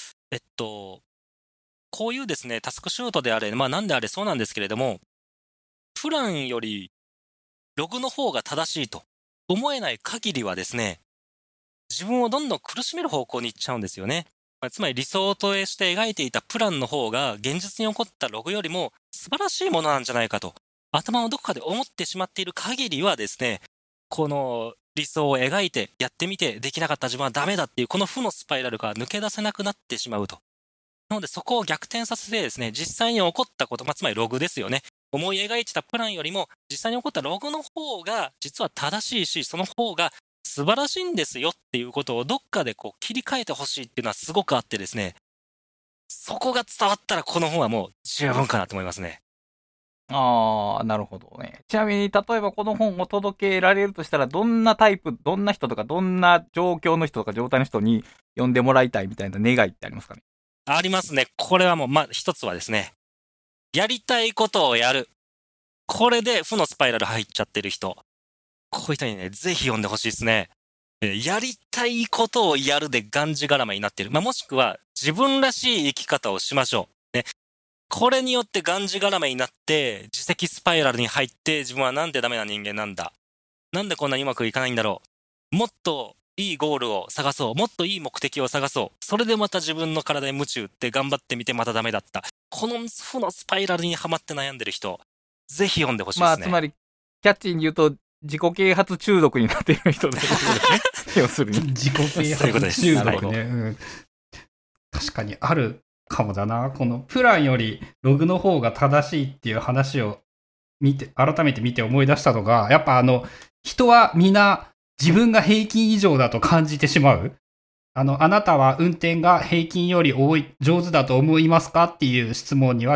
こういうですね、タスクシュートであれ、なんであれそうなんですけれども、プランよりログの方が正しいと思えない限りはですね、自分をどんどん苦しめる方向に行っちゃうんですよね。つまり理想として描いていたプランの方が現実に起こったログよりも素晴らしいものなんじゃないかと、頭のどこかで思ってしまっている限りはですね、この理想を描いてやってみてできなかった自分はダメだっていうこの負のスパイラルが抜け出せなくなってしまうと。なのでそこを逆転させてですね、実際に起こったこと、つまりログですよね。思い描いてたプランよりも実際に起こったログの方が実は正しいし、その方が素晴らしいんですよっていうことをどっかで切り替えてほしいっていうのはすごくあってですね、そこが伝わったらこの本はもう十分かなと思いますね。 なるほどね。ちなみに、例えばこの本を届けられるとしたら、どんなタイプ、どんな人とか、どんな状況の人とか状態の人に読んでもらいたいみたいな願いってありますかね？ ありますね。これはもう、一つはですね、やりたいことをやる。これで負のスパイラル入っちゃってる人。こういう人にね、ぜひ読んでほしいですね。やりたいことをやるでがんじがらめになってる。もしくは自分らしい生き方をしましょう。ね。これによってがんじがらめになって、自責スパイラルに入って、自分はなんでダメな人間なんだ。なんでこんなにうまくいかないんだろう。もっといいゴールを探そう。もっといい目的を探そう。それでまた自分の体に鞭打って頑張ってみてまたダメだった。この負のスパイラルにはまって悩んでる人、ぜひ読んでほしいですね。 つまり、キャッチーに言うと、自己啓発中毒になっている人ですね。要するに。 自己啓発中毒ね。確かにあるかもだな。このプランよりログの方が正しいっていう話を改めて見て思い出したのが、やっぱ人は皆自分が平均以上だと感じてしまう。あなたは運転が平均より上手だと思いますかっていう質問には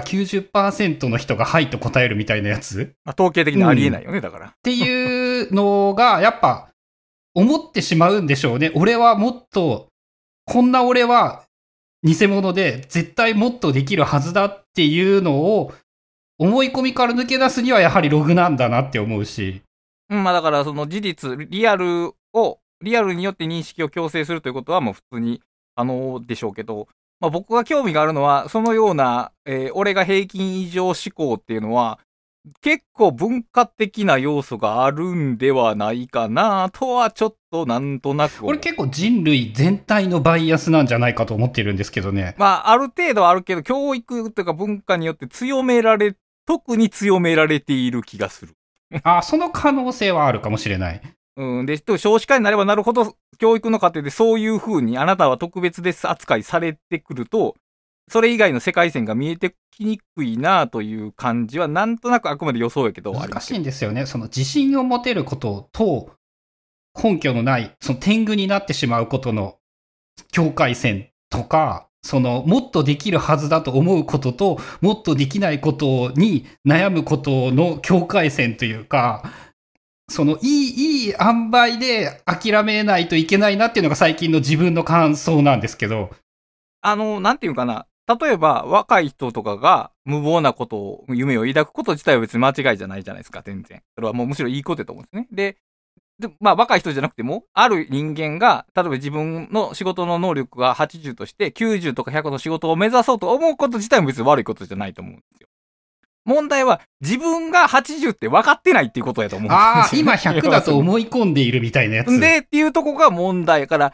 90% の人がはいと答えるみたいなやつ。 統計的にありえないよね、だから。 っていうのが、やっぱ、思ってしまうんでしょうね。俺はもっと、こんな俺は偽物で絶対もっとできるはずだっていうのを思い込みから抜け出すにはやはりログなんだなって思うし。 まあだからその事実、リアルによって認識を強制するということはもう普通に可能でしょうけど、まあ僕が興味があるのは、そのような、俺が平均以上思考っていうのは、結構文化的な要素があるんではないかなとはちょっとなんとなく思う。 これ結構人類全体のバイアスなんじゃないかと思ってるんですけどね。 まあある程度あるけど、教育というか文化によって特に強められている気がする。 その可能性はあるかもしれない。 で、少子化になればなるほど、教育の過程でそういう風にあなたは特別です扱いされてくると、それ以外の世界線が見えてきにくいなという感じは、なんとなくあくまで予想やけど、 難しいんですよね。その自信を持てることと、根拠のない、その天狗になってしまうことの境界線とか、そのもっとできるはずだと思うことと、もっとできないことに悩むことの境界線というか、そのいい塩梅で諦めないといけないなっていうのが最近の自分の感想なんですけど。 なんていうかな。例えば、若い人とかが無謀なことを、夢を抱くこと自体は別に間違いじゃないじゃないですか、全然。それはもうむしろいいことだと思うんですね。で、まあ、若い人じゃなくても、ある人間が、例えば自分の仕事の能力が80として、90とか100の仕事を目指そうと思うこと自体も別に悪いことじゃないと思うんですよ。問題は、自分が80って分かってないっていうことやと思うんですよ、 今100だと思い込んでいるみたいなやつ。 で、っていうとこが問題から、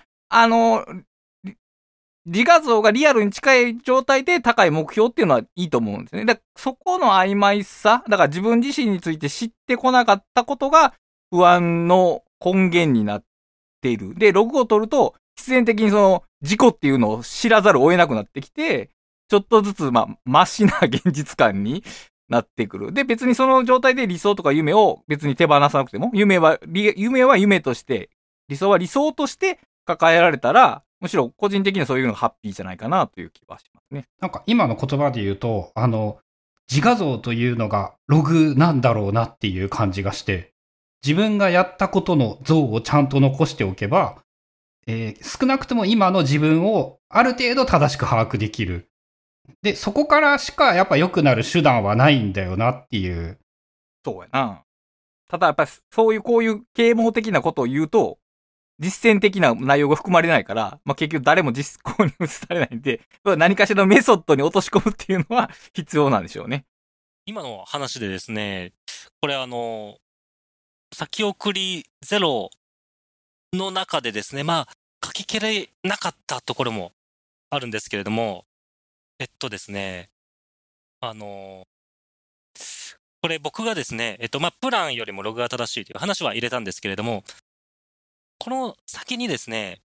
自画像がリアルに近い状態で高い目標っていうのはいいと思うんですね。だからそこの曖昧さ、だから自分自身について知ってこなかったことが不安の根源になっている。で、ログを取ると、必然的にその事故っていうのを知らざるを得なくなってきて、ちょっとずつ、マシな現実感になってくる。で、別にその状態で理想とか夢を別に手放さなくても、夢は夢として、理想は理想として抱えられたら、むしろ個人的にはそういうのがハッピーじゃないかなという気はしますね。 なんか今の言葉で言うと、自画像というのがログなんだろうなっていう感じがして、自分がやったことの像をちゃんと残しておけば、少なくとも今の自分をある程度正しく把握できる。で、そこからしかやっぱ良くなる手段はないんだよなっていう。 そうやな。ただやっぱりこういう啓蒙的なことを言うと、実践的な内容が含まれないから、結局誰も実行に移されないんで、何かしらのメソッドに落とし込むっていうのは必要なんでしょうね。 今の話でですね、これ先送りゼロの中でですね、書ききれなかったところもあるんですけれども、ですね、これ僕がですね、プランよりもログが正しいという話は入れたんですけれども、この先にですね、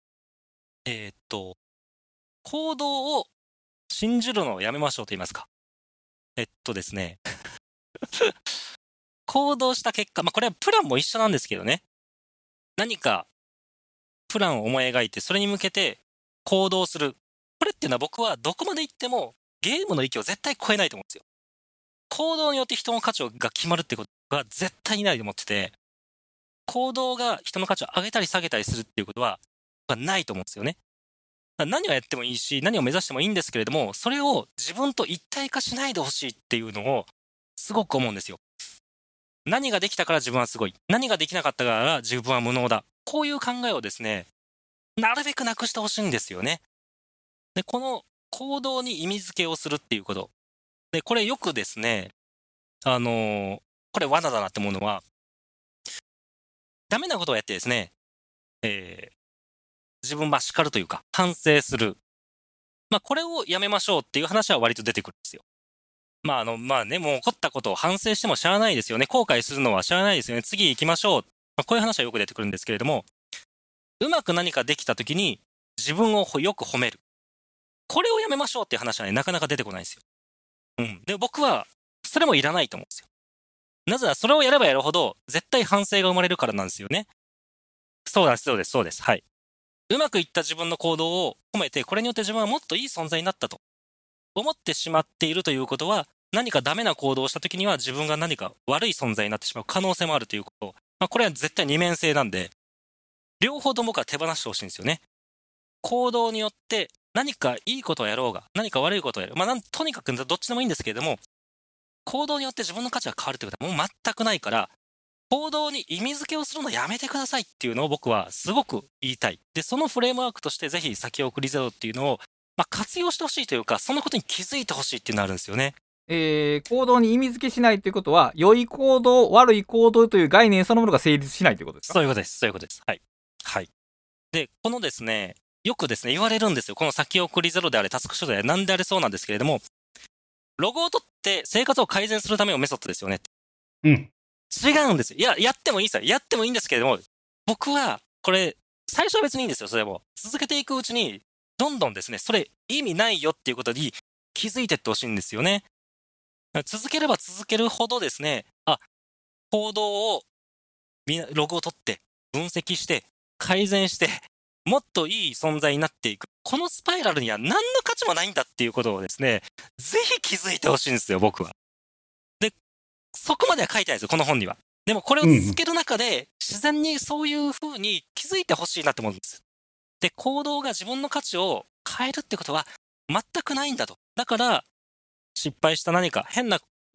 行動を信じるのをやめましょうと言いますか。ですね、行動した結果、これはプランも一緒なんですけどね、何かプランを思い描いて、それに向けて行動する。これっていうのは僕はどこまで行ってもゲームの域を絶対超えないと思うんですよ。行動によって人の価値が決まるってことが絶対にないと思ってて、行動が人の価値を上げたり下げたりするっていうことはないと思うんですよね。何をやってもいいし、何を目指してもいいんですけれども、それを自分と一体化しないでほしいっていうのをすごく思うんですよ。何ができたから自分はすごい。何ができなかったから自分は無能だ。こういう考えをですね、なるべくなくしてほしいんですよね。で、この行動に意味付けをするっていうこと。で、これよくですね、これ罠だなって思うのは、ダメなことをやってですね、自分叱るというか、反省する。これをやめましょうっていう話は割と出てくるんですよ。もう起こったことを反省してもしゃあないですよね。後悔するのはしゃあないですよね。次行きましょう。こういう話はよく出てくるんですけれども、うまく何かできたときに自分をよく褒める。これをやめましょうっていう話はね、なかなか出てこないんですよ。で、僕は、それもいらないと思うんですよ。なぜなら、それをやればやるほど、絶対反省が生まれるからなんですよね。そうです。はい。うまくいった自分の行動を褒めて、これによって自分はもっといい存在になったと思ってしまっているということは、何かダメな行動をしたときには自分が何か悪い存在になってしまう可能性もあるということ。これは絶対二面性なんで、両方とも僕は手放してほしいんですよね。行動によって何かいいことをやろうが、何か悪いことをやる。とにかくどっちでもいいんですけれども、行動によって自分の価値が変わるってことはもう全くないから、行動に意味付けをするのやめてくださいっていうのを僕はすごく言いたい。で、そのフレームワークとしてぜひ先送りゼロっていうのを、活用してほしいというか、そのことに気づいてほしいっていうのがあるんですよね。 行動に意味付けしないということは、良い行動、悪い行動という概念そのものが成立しないということですか？ そういうことです。そういうことです。はい。はい。で、このですね、よくですね、言われるんですよ。この先送りゼロであれ、タスクシュートであれ、なんであれそうなんですけれども、ログを取って生活を改善するためのメソッドですよね。 うん。 違うんですよ。いや、やってもいいですよ。やってもいいんですけれども、僕は、これ、最初は別にいいんですよ。それも。続けていくうちに、どんどんですね、それ意味ないよっていうことに気づいてってほしいんですよね。続ければ続けるほどですね、行動を、ログを取って、分析して、改善して、もっといい存在になっていく。このスパイラルには何の価値もないんだっていうことをですね、ぜひ気づいてほしいんですよ、僕は。で、そこまでは書いてないですよ、この本には。でもこれを続ける中で、自然にそういう風に気づいてほしいなって思うんです。で、行動が自分の価値を変えるってことは全くないんだと。だから、失敗した何か、失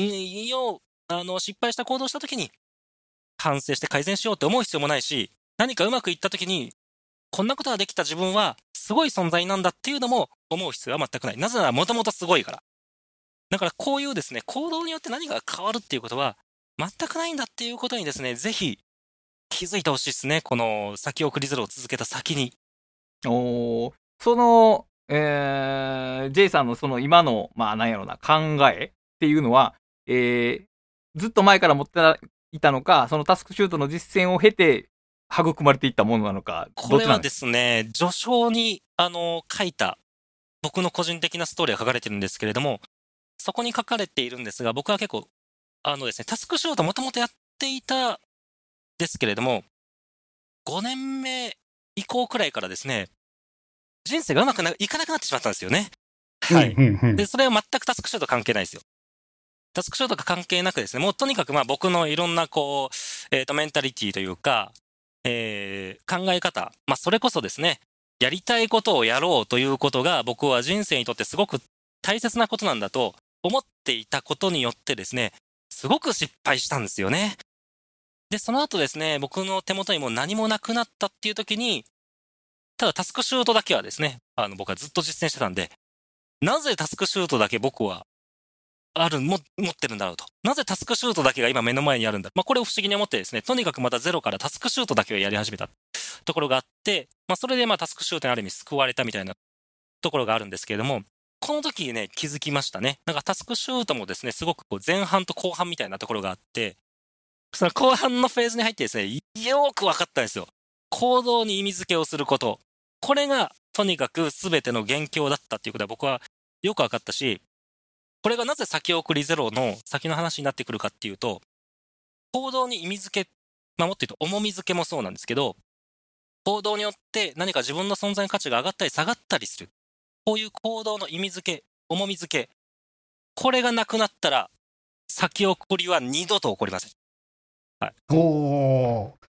敗した行動をしたときに、反省して改善しようって思う必要もないし、何かうまくいったときに、こんなことができた自分はすごい存在なんだっていうのも思う必要は全くない。なぜならもともとすごいから。だからこういうですね、行動によって何が変わるっていうことは全くないんだっていうことにですね、ぜひ気づいてほしいですね。この先送りゼロを続けた先に。 その、J さんのその今の、なんやろな、考えっていうのは、ずっと前から持っていたのか、そのタスクシュートの実践を経て、育まれていったものなのか、 これはですね、序章に、書いた、僕の個人的なストーリーが書かれてるんですけれども、そこに書かれているんですが、僕は結構、ですね、タスクシュートもともとやっていたですけれども、5年目以降くらいからですね、人生がうまくいかなくなってしまったんですよね。はい。で、それは全くタスクシュート関係ないですよ。タスクシュートが関係なくですね、もうとにかく僕のいろんなメンタリティというか、考え方、それこそですね、やりたいことをやろうということが僕は人生にとってすごく大切なことなんだと思っていたことによってですね、すごく失敗したんですよね。で、その後ですね、僕の手元にもう何もなくなったっていう時に、ただタスクシュートだけはですね、僕はずっと実践してたんで、なぜタスクシュートだけ僕は持ってるんだろうと。なぜタスクシュートだけが今目の前にあるんだ。これを不思議に思ってですね、とにかくまたゼロからタスクシュートだけをやり始めたところがあって、それでタスクシュートにある意味救われたみたいなところがあるんですけれども、この時ね、気づきましたね。なんかタスクシュートもですね、すごく前半と後半みたいなところがあって、その後半のフェーズに入ってですね、よく分かったんですよ。行動に意味付けをすること。これがとにかく全ての元凶だったっていうことは僕はよく分かったし、これがなぜ先送りゼロの先の話になってくるかっていうと、行動に意味付け、もっと言うと重み付けもそうなんですけど、行動によって何か自分の存在の価値が上がったり下がったりする。こういう行動の意味付け、重み付け、これがなくなったら、先送りは二度と起こりません。はい。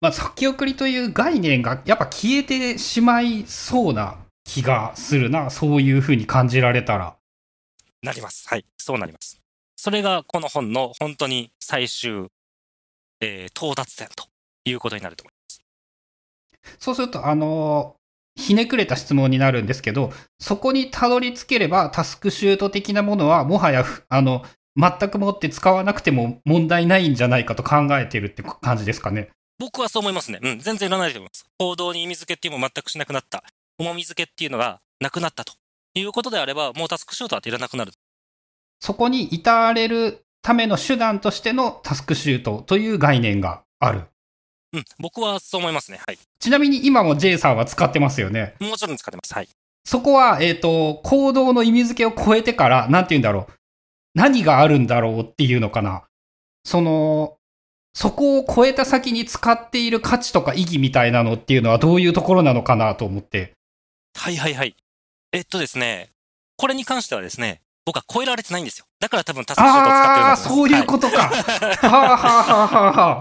先送りという概念がやっぱ消えてしまいそうな気がするな。そういうふうに感じられたら。 なります。はい。そうなります。それがこの本の本当に最終、到達点ということになると思います。 そうすると、ひねくれた質問になるんですけど、そこにたどり着ければタスクシュート的なものはもはや全くもって使わなくても問題ないんじゃないかと考えてるって感じですかね。 僕はそう思いますね。全然いらないと思います。行動に意味付けっていうのも全くしなくなった。重み付けっていうのがなくなったということであれば、もうタスクシュートはいらなくなる。 そこに至れるための手段としてのタスクシュートという概念がある。 僕はそう思いますね。はい。 ちなみに今も J さんは使ってますよね。 もちろん使ってます。はい。 そこは、行動の意味付けを超えてから、なんて言うんだろう。何があるんだろうっていうのかな。そこを超えた先に使っている価値とか意義みたいなのっていうのはどういうところなのかなと思って。 はい。ですね、これに関してはですね、僕は超えられてないんですよ。だから多分タスクシュートを使ってるんだと思います。 そういうことか。はあはあはあはあ。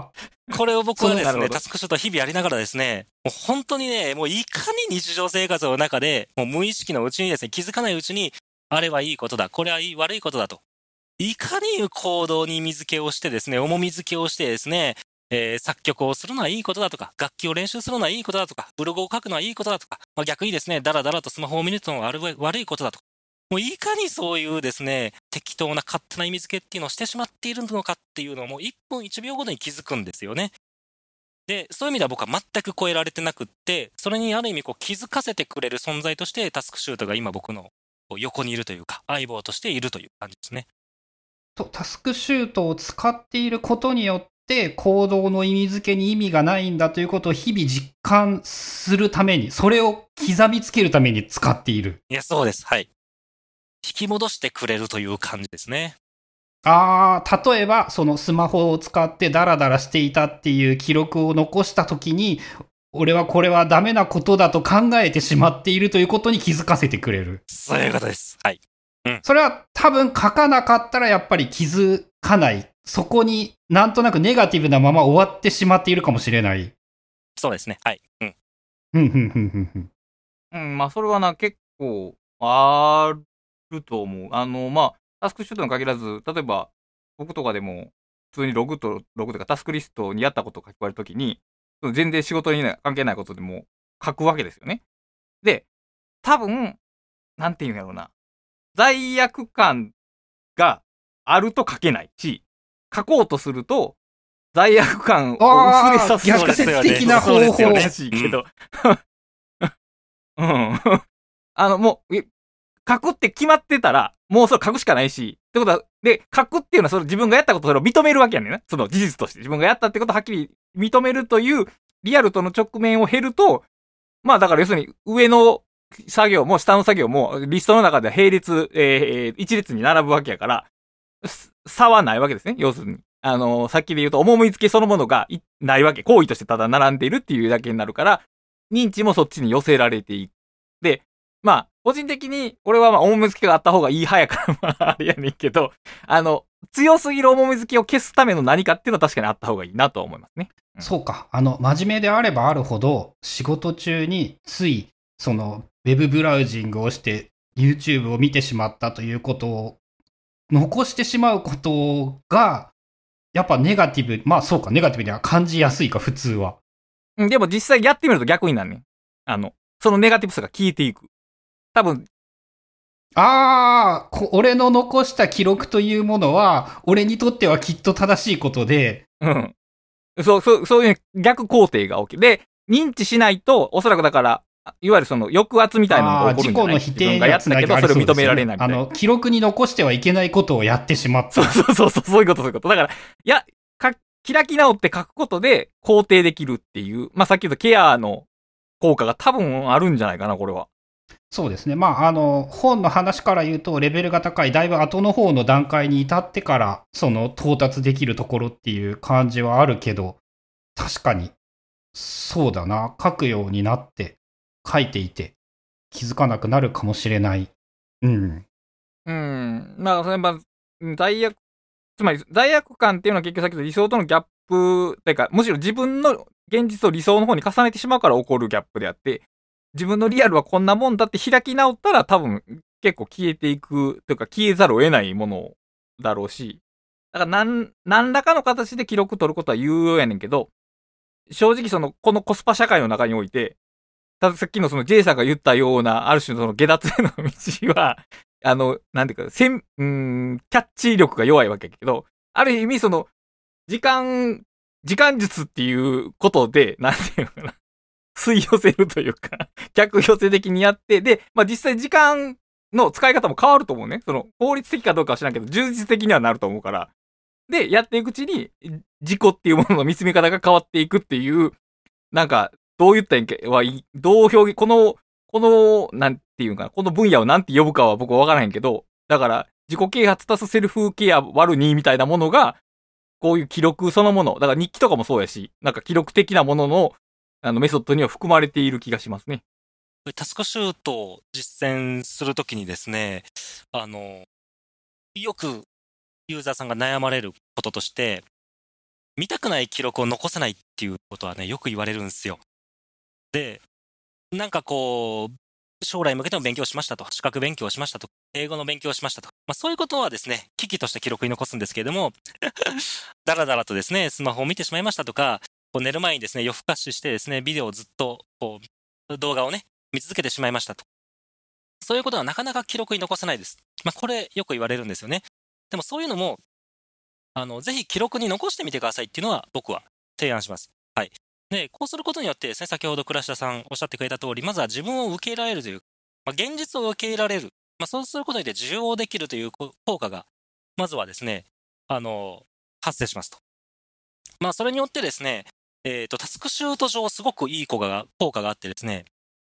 これを僕はですね、 なるほどタスクシュート日々やりながらですね、もう本当にね、もういかに日常生活の中で、もう無意識のうちにですね、気づかないうちに、あれはいいことだ、これはいい悪いことだと。いかに行動に意味付けをしてですね、重み付けをしてですね、作曲をするのはいいことだとか、楽器を練習するのはいいことだとか、ブログを書くのはいいことだとか、まあ、逆にですね、だらだらとスマホを見るのは悪いことだとか、もういかにそういうですね、適当な勝手な意味付けっていうのをしてしまっているのかっていうのをもう1分1秒ごとに気づくんですよね。で、そういう意味では僕は全く超えられてなくって、それにある意味こう気づかせてくれる存在としてタスクシュートが今僕の横にいるというか、相棒としているという感じですね。 タスクシュートを使っていることによって行動の意味付けに意味がないんだということを日々実感するために、それを刻みつけるために使っている。 いや、そうです。はい。引き戻してくれるという感じですね。 例えば、そのスマホを使ってダラダラしていたっていう記録を残したときに、俺はこれはダメなことだと考えてしまっているということに気づかせてくれる。 そういうことです。はい。 それは多分書かなかったらやっぱり気づかない。そこになんとなくネガティブなまま終わってしまっているかもしれない。 そうですね。はい。 まあ、それはな、結構、あると思う。まあ、タスクシュートに限らず、例えば、僕とかでも、普通にログとかタスクリストにやったことを書き換えるときに、全然仕事に関係ないことでも書くわけですよね。で、多分、なんていうんやろうな。罪悪感があると書けないし、書こうとすると、罪悪感を薄れさせ逆説的な方法。 そうですよね。けど。うん。もう、書くって決まってたら、もうそれ書くしかないし、ってことは、で、書くっていうのはその自分がやったことを認めるわけやねんな。その事実として自分がやったってことをはっきり認めるというリアルとの直面を経ると、まあだから要するに上の作業も下の作業もリストの中では並列、一列に並ぶわけやから、差はないわけですね。要するに。さっきで言うと、重み付けそのものがないわけ。行為としてただ並んでいるっていうだけになるから、認知もそっちに寄せられていく。で、まあ、個人的に、俺はまあ、重み付けがあった方がいい派やから、まあ、あれやねんけど、強すぎる重み付けを消すための何かっていうのは確かにあった方がいいなと思いますね。 そうか。真面目であればあるほど、仕事中につい、ウェブブラウジングをして、YouTube を見てしまったということを、残してしまうことが、やっぱネガティブ、まあそうか、ネガティブには感じやすいか、普通は。 でも実際やってみると逆になんねん。そのネガティブさが消えていく。多分。 俺の残した記録というものは、俺にとってはきっと正しいことで。 そういう逆肯定が起きる。で、認知しないと、おそらくだから、いわゆるその抑圧みたいなのが起こるんじゃない？ 自己の否定にはつながりありそうですね。 自分がやったけど、それを認められないみたいな。 記録に残してはいけないことをやってしまった。 そういうこと。だから、開き直って書くことで肯定できるっていう、まあさっき言ったケアの効果が多分あるんじゃないかな、これは。 そうですね。まあ、本の話から言うと、レベルが高い、だいぶ後の方の段階に至ってから、到達できるところっていう感じはあるけど、確かに、そうだな。書くようになって、書いていて、気づかなくなるかもしれない。 まあ、それは、つまり、罪悪感っていうのは結局さっきの理想とのギャップ、っていうか、むしろ自分の現実と理想の方に重ねてしまうから起こるギャップであって、自分のリアルはこんなもんだって開き直ったら多分結構消えていく、というか消えざるを得ないものだろうし、だから何らかの形で記録取ることは有用やねんけど、正直このコスパ社会の中において、たださっきのJ さんが言ったような、ある種の下脱への道は、なんていうか、キャッチ力が弱いわけやけど、ある意味時間術っていうことで、なんていうのかな、吸い寄せるというか、逆寄せ的にやって、で、まあ実際時間の使い方も変わると思うね。効率的かどうかは知らんけど、充実的にはなると思うから。で、やっていくうちに、自己っていうものの見つめ方が変わっていくっていう、なんか、どう言ったらいいんかどう表現、この、なんていうかな、この分野をなんて呼ぶかは僕は分からへんけど、だから、自己啓発足すセルフケア割る2みたいなものが、こういう記録そのもの、だから日記とかもそうやし、なんか記録的なものの、メソッドには含まれている気がしますね。 タスクシュートを実践するときにですね、よくユーザーさんが悩まれることとして、 見たくない記録を残せないっていうことはね、よく言われるんですよ。で、なんかこう、将来に向けても勉強しましたと、資格勉強しましたと、英語の勉強しましたと、そういうことはですね、危機として記録に残すんですけれども、だらだらとですね、スマホを見てしまいましたとか、こう寝る前にですね、夜更かししてですね、ビデオをずっと、こう、動画をね、見続けてしまいましたと。そういうことはなかなか記録に残せないです。これよく言われるんですよね。でもそういうのも、ぜひ記録に残してみてくださいっていうのは僕は提案します。はい。で、こうすることによってですね、先ほど倉下さんおっしゃってくれた通り、まずは自分を受け入れられるという、現実を受け入れられる。そうすることによって受容できるという効果が、まずはですね、発生しますと。それによってですね、タスクシュート上すごくいい効果があってですね、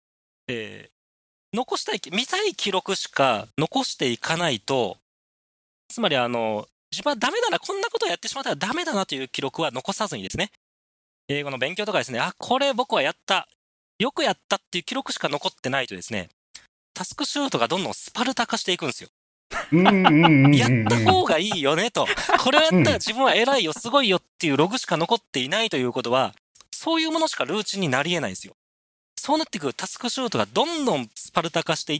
残したい、見たい記録しか残していかないと、つまり自分はダメだな、こんなことをやってしまったらダメだなという記録は残さずにですね、英語の勉強とかですね、これ僕はやった、よくやったっていう記録しか残ってないとですね、タスクシュートがどんどんスパルタ化していくんですよ。やった方がいいよねと。これをやったら自分は偉いよ、すごいよっていうログしか残っていないということは、そういうものしかルーチンになり得ないんですよ。そうなってくるタスクシュートがどんどんスパルタ化していって、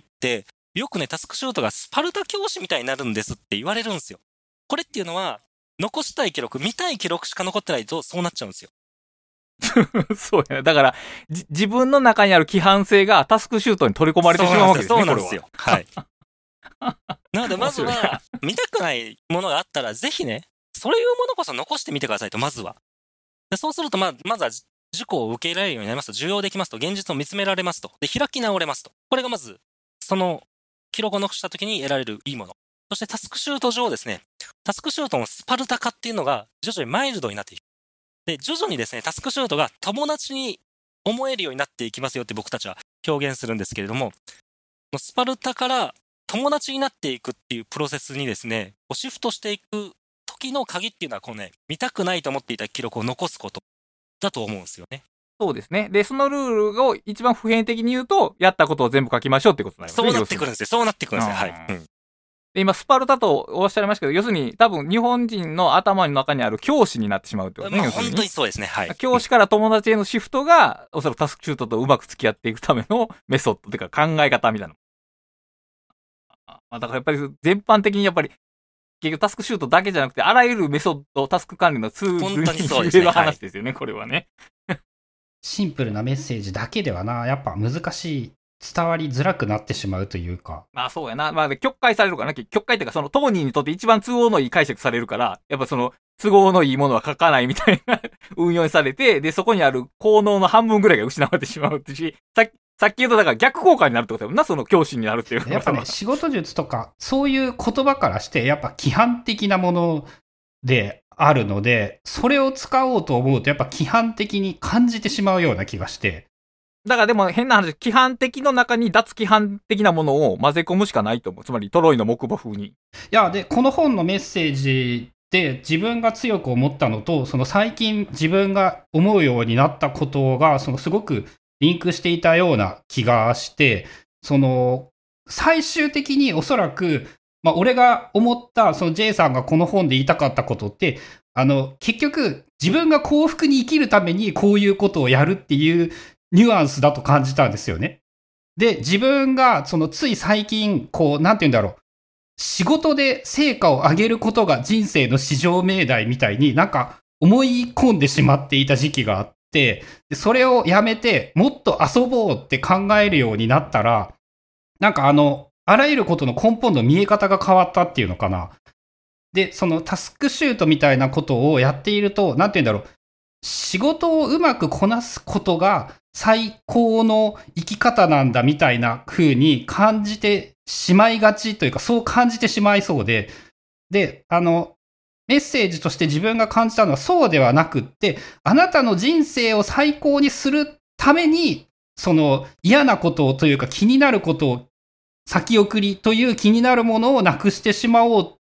よくね、タスクシュートがスパルタ教師みたいになるんですって言われるんですよ。これっていうのは、残したい記録、見たい記録しか残ってないとそうなっちゃうんですよ。 そうやね。だから、自分の中にある規範性がタスクシュートに取り込まれてしまうわけですね。 そうなんですよ。はい。なので、まずは、見たくないものがあったら、ぜひね、そういうものこそ残してみてくださいと、まずは。でそうすると、まずは、事故を受け入れられるようになりますと、受容できますと、現実を見つめられますと、で、開き直れますと。これがまず、その、記録を残した時に得られるいいもの。そしてタスクシュート上ですね、タスクシュートのスパルタ化っていうのが、徐々にマイルドになっていく。で、徐々にですね、タスクシュートが友達に思えるようになっていきますよって僕たちは表現するんですけれども、スパルタから友達になっていくっていうプロセスにですね、シフトしていく時の鍵っていうのは、見たくないと思っていた記録を残すことだと思うんですよね。 そうですね。で、そのルールを一番普遍的に言うと、やったことを全部書きましょうってことになりますね。 そうなってくるんですよ。そうなってくるんですよ。はい。 で、今、スパルタとおっしゃいましたけど、要するに、多分、日本人の頭の中にある教師になってしまうってことね。 本当にそうですね。はい。 教師から友達へのシフトが、おそらくタスクシュートとうまく付き合っていくためのメソッドというか考え方みたいな。だからやっぱり、全般的にやっぱり、結局タスクシュートだけじゃなくて、あらゆるメソッド、タスク管理のツールに入れる話ですよね、これはね。 シンプルなメッセージだけではな、やっぱ難しい、伝わりづらくなってしまうというか。 そうやな。曲解されるからね。曲解っていうか、その当人にとって一番都合のいい解釈されるから、やっぱその都合のいいものは書かないみたいな運用にされて、で、そこにある効能の半分ぐらいが失われてしまうってし、さっき言うとだから逆効果になるってことだもんな、その教師になるっていう。 やっぱね、仕事術とか、そういう言葉からして、やっぱ規範的なものであるので、それを使おうと思うと、やっぱ規範的に感じてしまうような気がして。 だからでも変な話、規範的の中に脱規範的なものを混ぜ込むしかないと思う。つまりトロイの木馬風に。 いや、で、この本のメッセージで自分が強く思ったのと、その最近自分が思うようになったことが、すごくリンクしていたような気がして、最終的におそらく、俺が思った、J さんがこの本で言いたかったことって、結局、自分が幸福に生きるためにこういうことをやるっていうニュアンスだと感じたんですよね。で、自分が、つい最近、なんて言うんだろう。仕事で成果を上げることが人生の至上命題みたいになんか思い込んでしまっていた時期があって、それをやめてもっと遊ぼうって考えるようになったら、なんかあらゆることの根本の見え方が変わったっていうのかな。で、そのタスクシュートみたいなことをやっていると、なんて言うんだろう。仕事をうまくこなすことが最高の生き方なんだみたいな風に感じてしまいがちというか、そう感じてしまいそうで、で、メッセージとして自分が感じたのはそうではなくって、あなたの人生を最高にするために、嫌なことをというか気になることを先送りという気になるものをなくしてしまおうって、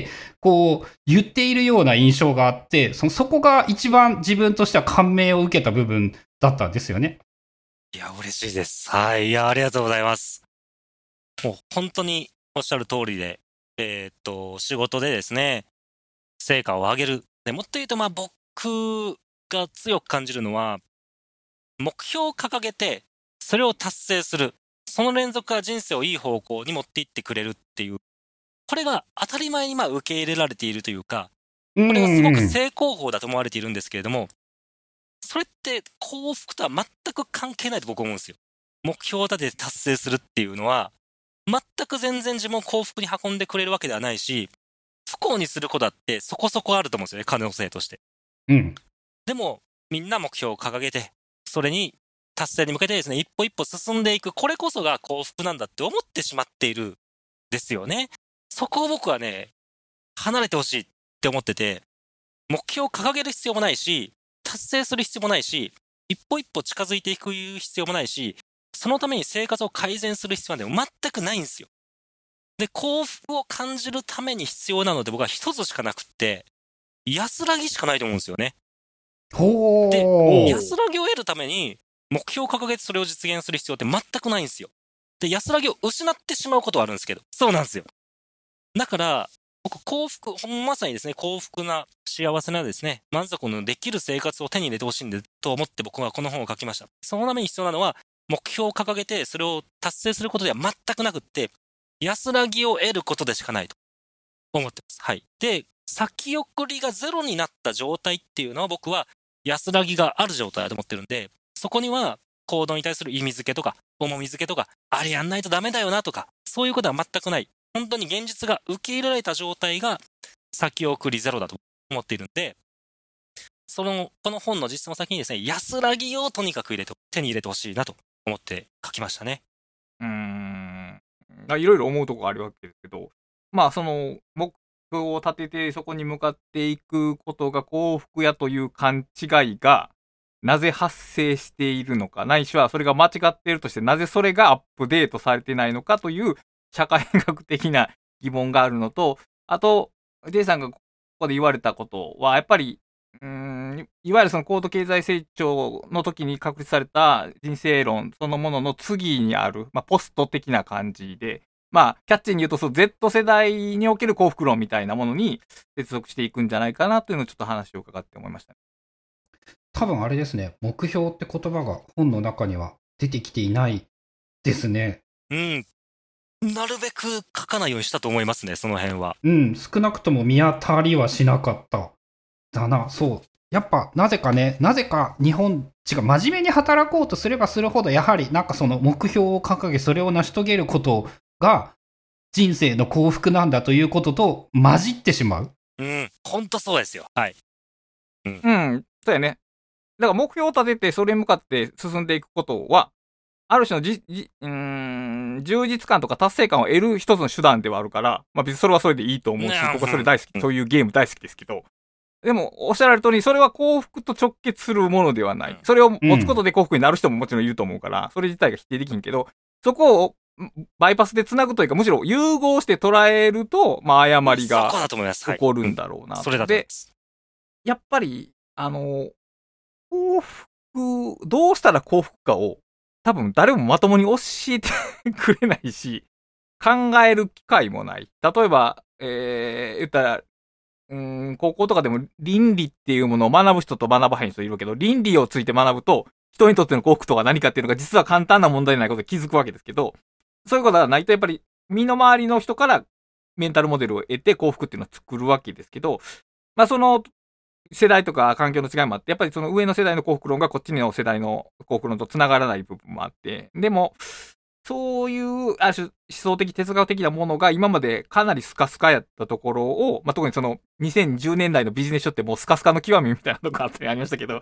言っているような印象があって、そこが一番自分としては感銘を受けた部分だったんですよね。 いや、嬉しいです。はい。いや、ありがとうございます。もう本当におっしゃる通りで、仕事でですね、成果を上げる。でもっと言うと、僕僕が強く感じるのは、目標を掲げて、それを達成する。その連続が人生をいい方向に持っていってくれるっていう。これが当たり前に受け入れられているというか、これがすごく成功法だと思われているんですけれども、それって幸福とは全く関係ないと僕は思うんですよ。目標を立てて達成するっていうのは、全く全然自分を幸福に運んでくれるわけではないし、不幸にすることだってそこそこあると思うんですよね、可能性として。でも、みんな目標を掲げて、それに達成に向けてですね、一歩一歩進んでいく、これこそが幸福なんだって思ってしまっているですよね。そこを僕はね、離れてほしいって思ってて、目標を掲げる必要もないし、達成する必要もないし、一歩一歩近づいていく必要もないし、そのために生活を改善する必要なんて全くないんですよ。で、幸福を感じるために必要なので僕は一つしかなくって、安らぎしかないと思うんですよね。で、安らぎを得るために目標を掲げてそれを実現する必要って全くないんですよ。で、安らぎを失ってしまうことはあるんですけど、そうなんですよ。だから、僕、幸福、まさにですね、幸福な幸せなですね、満足のできる生活を手に入れてほしいんで、と思って僕はこの本を書きました。そのために必要なのは、目標を掲げてそれを達成することでは全くなくって、安らぎを得ることでしかないと思ってます。はい。で、先送りがゼロになった状態っていうのは僕は安らぎがある状態だと思ってるんで、そこには行動に対する意味付けとか、重み付けとか、あれやんないとダメだよなとか、そういうことは全くない。本当に現実が受け入れられた状態が先送りゼロだと思っているんで、この本の実践の先にですね、安らぎをとにかく手に入れてほしいなと思って書きましたね。 いろいろ思うところあるわけですけど、まあその目標を立ててそこに向かっていくことが幸福やという勘違いがなぜ発生しているのか、ないしはそれが間違っているとしてなぜそれがアップデートされてないのかという社会学的な疑問があるのと、あと J さんがここで言われたことはやっぱりいわゆるその高度経済成長の時に確立された人生論そのものの次にある、ポスト的な感じで、キャッチーに言うとそう Z 世代における幸福論みたいなものに接続していくんじゃないかなというのをちょっと話を伺って思いましたね。 多分あれですね、目標って言葉が本の中には出てきていないですね。 なるべく書かないようにしたと思いますね、その辺は。 少なくとも見当たりはしなかっただな。そう。やっぱなぜか日本真面目に働こうとすればするほど、やはりなんかその目標を掲げそれを成し遂げることが人生の幸福なんだということと混じってしまう。 本当そうですよ。はい。 そうやね。だから目標を立ててそれに向かって進んでいくことは、ある種の充実感とか達成感を得る一つの手段ではあるから、別にそれはそれでいいと思うし、僕はそれ大好き、そういうゲーム大好きですけど、でも、おっしゃられる通り、それは幸福と直結するものではない。それを持つことで幸福になる人ももちろんいると思うから、それ自体が否定できんけど、そこをバイパスで繋ぐというか、むしろ融合して捉えると、誤りが起こるんだろうな。 それだと思います。 で、やっぱり、幸福、どうしたら幸福かを、多分誰もまともに教えてくれないし、考える機会もない。例えば、言ったら、高校とかでも倫理っていうものを学ぶ人と学ばへん人いるけど、倫理をついて学ぶと、人にとっての幸福とは何かっていうのが実は簡単な問題ないことに気づくわけですけど、そういうことがないとやっぱり身の回りの人からメンタルモデルを得て幸福っていうのを作るわけですけど、その世代とか環境の違いもあって、やっぱりその上の世代の幸福論がこっちの世代の幸福論と繋がらない部分もあって、でも、そういう、ある種思想的、哲学的なものが今までかなりスカスカやったところを、特にその2010年代のビジネス書ってもうスカスカの極みみたいなとこあってありましたけど。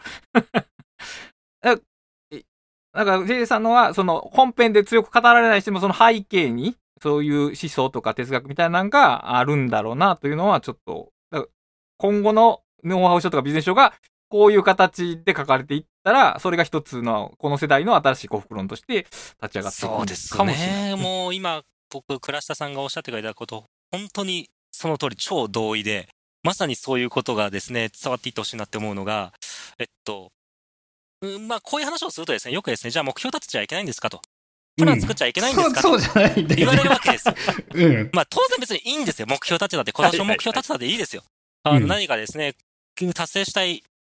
なんか、J さんのは、その本編で強く語られないしても、その背景に、そういう思想とか哲学みたいなのがあるんだろうなというのは、ちょっと、今後のノウハウ書とかビジネス書が、こういう形で書かれていったら、それが一つの、この世代の新しい幸福論として立ち上がっていくかもしれない。そうですね。 もう今、僕、倉下さんがおっしゃってくれたこと、本当にその通り超同意で、まさにそういうことがですね、伝わっていってほしいなって思うのが、こういう話をするとですね、よくですね、じゃあ目標立てちゃいけないんですかと。プラン作っちゃいけないんですかと。言われるわけですよ。当然別にいいんですよ。目標立てたって、今年の目標立てたでいいですよ。何かですね、達成したい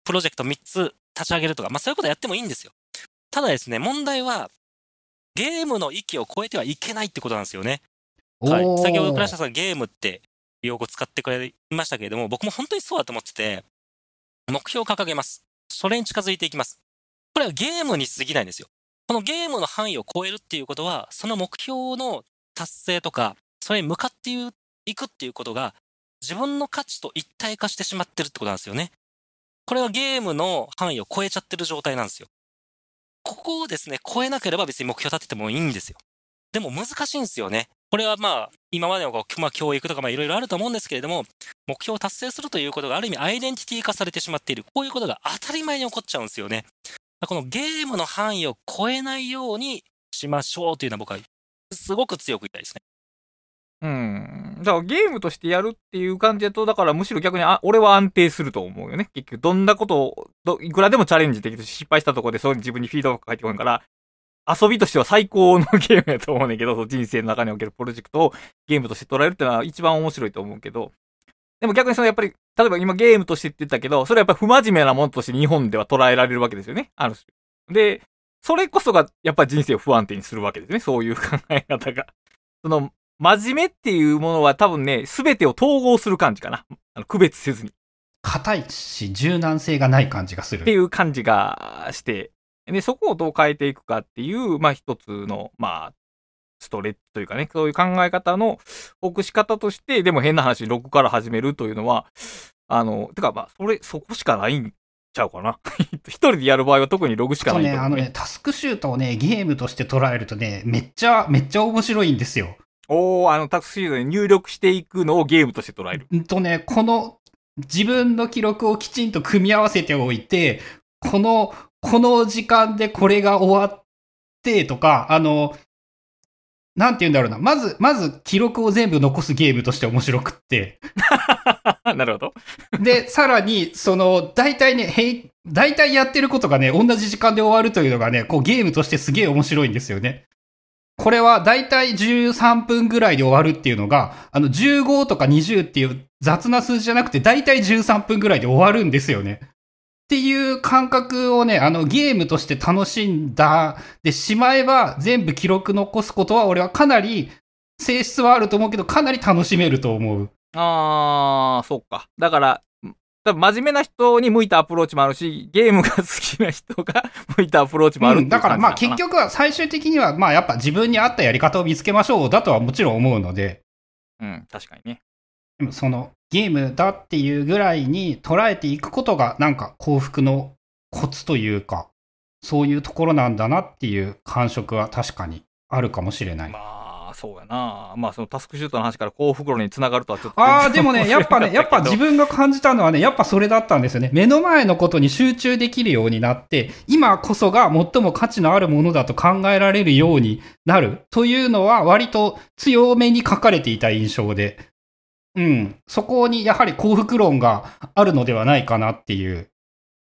プロジェクト3つ立ち上げるとか、まあそういうことやってもいいんですよ。ただですね、問題は、ゲームの域を超えてはいけないってことなんですよね。はい。先ほど倉下さんゲームって用語使ってくれましたけれども、僕も本当にそうだと思ってて、目標を掲げます。それに近づいていきます。これはゲームに過ぎないんですよ。このゲームの範囲を超えるっていうことは、その目標の達成とか、それに向かっていくっていうことが、自分の価値と一体化してしまってるってことなんですよね。これはゲームの範囲を超えちゃってる状態なんですよ。ここをですね、超えなければ別に目標立ててもいいんですよ。でも難しいんですよね。これはまあ、今までの教育とかまあいろいろあると思うんですけれども、目標を達成するということがある意味アイデンティティ化されてしまっている。こういうことが当たり前に起こっちゃうんですよね。このゲームの範囲を超えないようにしましょうというのは僕はすごく強く言いたいですね。 だからゲームとしてやるっていう感じだと、だからむしろ逆に俺は安定すると思うよね。結局どんなことをいくらでもチャレンジできるし、失敗したところでそういう自分にフィードバック返ってこないから、遊びとしては最高のゲームやと思うねんけど、その人生の中におけるプロジェクトをゲームとして捉えるってのは一番面白いと思うけど、でも逆にそのやっぱり、例えば今ゲームとしてって言ったけど、それはやっぱり不真面目なものとして日本では捉えられるわけですよね。ある種。で、それこそがやっぱり人生を不安定にするわけですね。そういう考え方が。その、真面目っていうものは多分ね、すべてを統合する感じかな。区別せずに。 硬いし、柔軟性がない感じがする。 っていう感じがして、で、そこをどう変えていくかっていう、まあ一つの、まあ、ストレッチというかね、そういう考え方の起こし方として、でも変な話、ログから始めるというのは、てかまあ、そこしかないんちゃうかな。一人でやる場合は特にログしかないと思う、ね。 タスクシュートをね、ゲームとして捉えるとね、めっちゃ面白いんですよ。 タスクシュートに入力していくのをゲームとして捉える。 この自分の記録をきちんと組み合わせておいて、この時間でこれが終わってとか、なんて言うんだろうな。まず記録を全部残すゲームとして面白くって。 なるほど。 で、さらに、大体やってることがね、同じ時間で終わるというのがね、こうゲームとしてすげえ面白いんですよね。これは大体13分ぐらいで終わるっていうのが、15とか20っていう雑な数字じゃなくて、大体13分ぐらいで終わるんですよね。っていう感覚をね、ゲームとして楽しんだでしまえば、全部記録残すことは、俺はかなり、性質はあると思うけど、かなり楽しめると思う。 そうか。だから、多分真面目な人に向いたアプローチもあるし、ゲームが好きな人が向いたアプローチもあるっていう感じなのかな。 だからまあ結局は最終的には、まあやっぱ自分に合ったやり方を見つけましょうだとはもちろん思うので。 確かにね。 でもゲームだっていうぐらいに捉えていくことがなんか幸福のコツというか、そういうところなんだなっていう感触は確かにあるかもしれない。 そうやな。まあそのタスクシュートの話から幸福論につながるとはちょっと。 でもね、やっぱ自分が感じたのはね、やっぱそれだったんですよね。目の前のことに集中できるようになって、今こそが最も価値のあるものだと考えられるようになるというのは割と強めに書かれていた印象で、そこにやはり幸福論があるのではないかなっていう。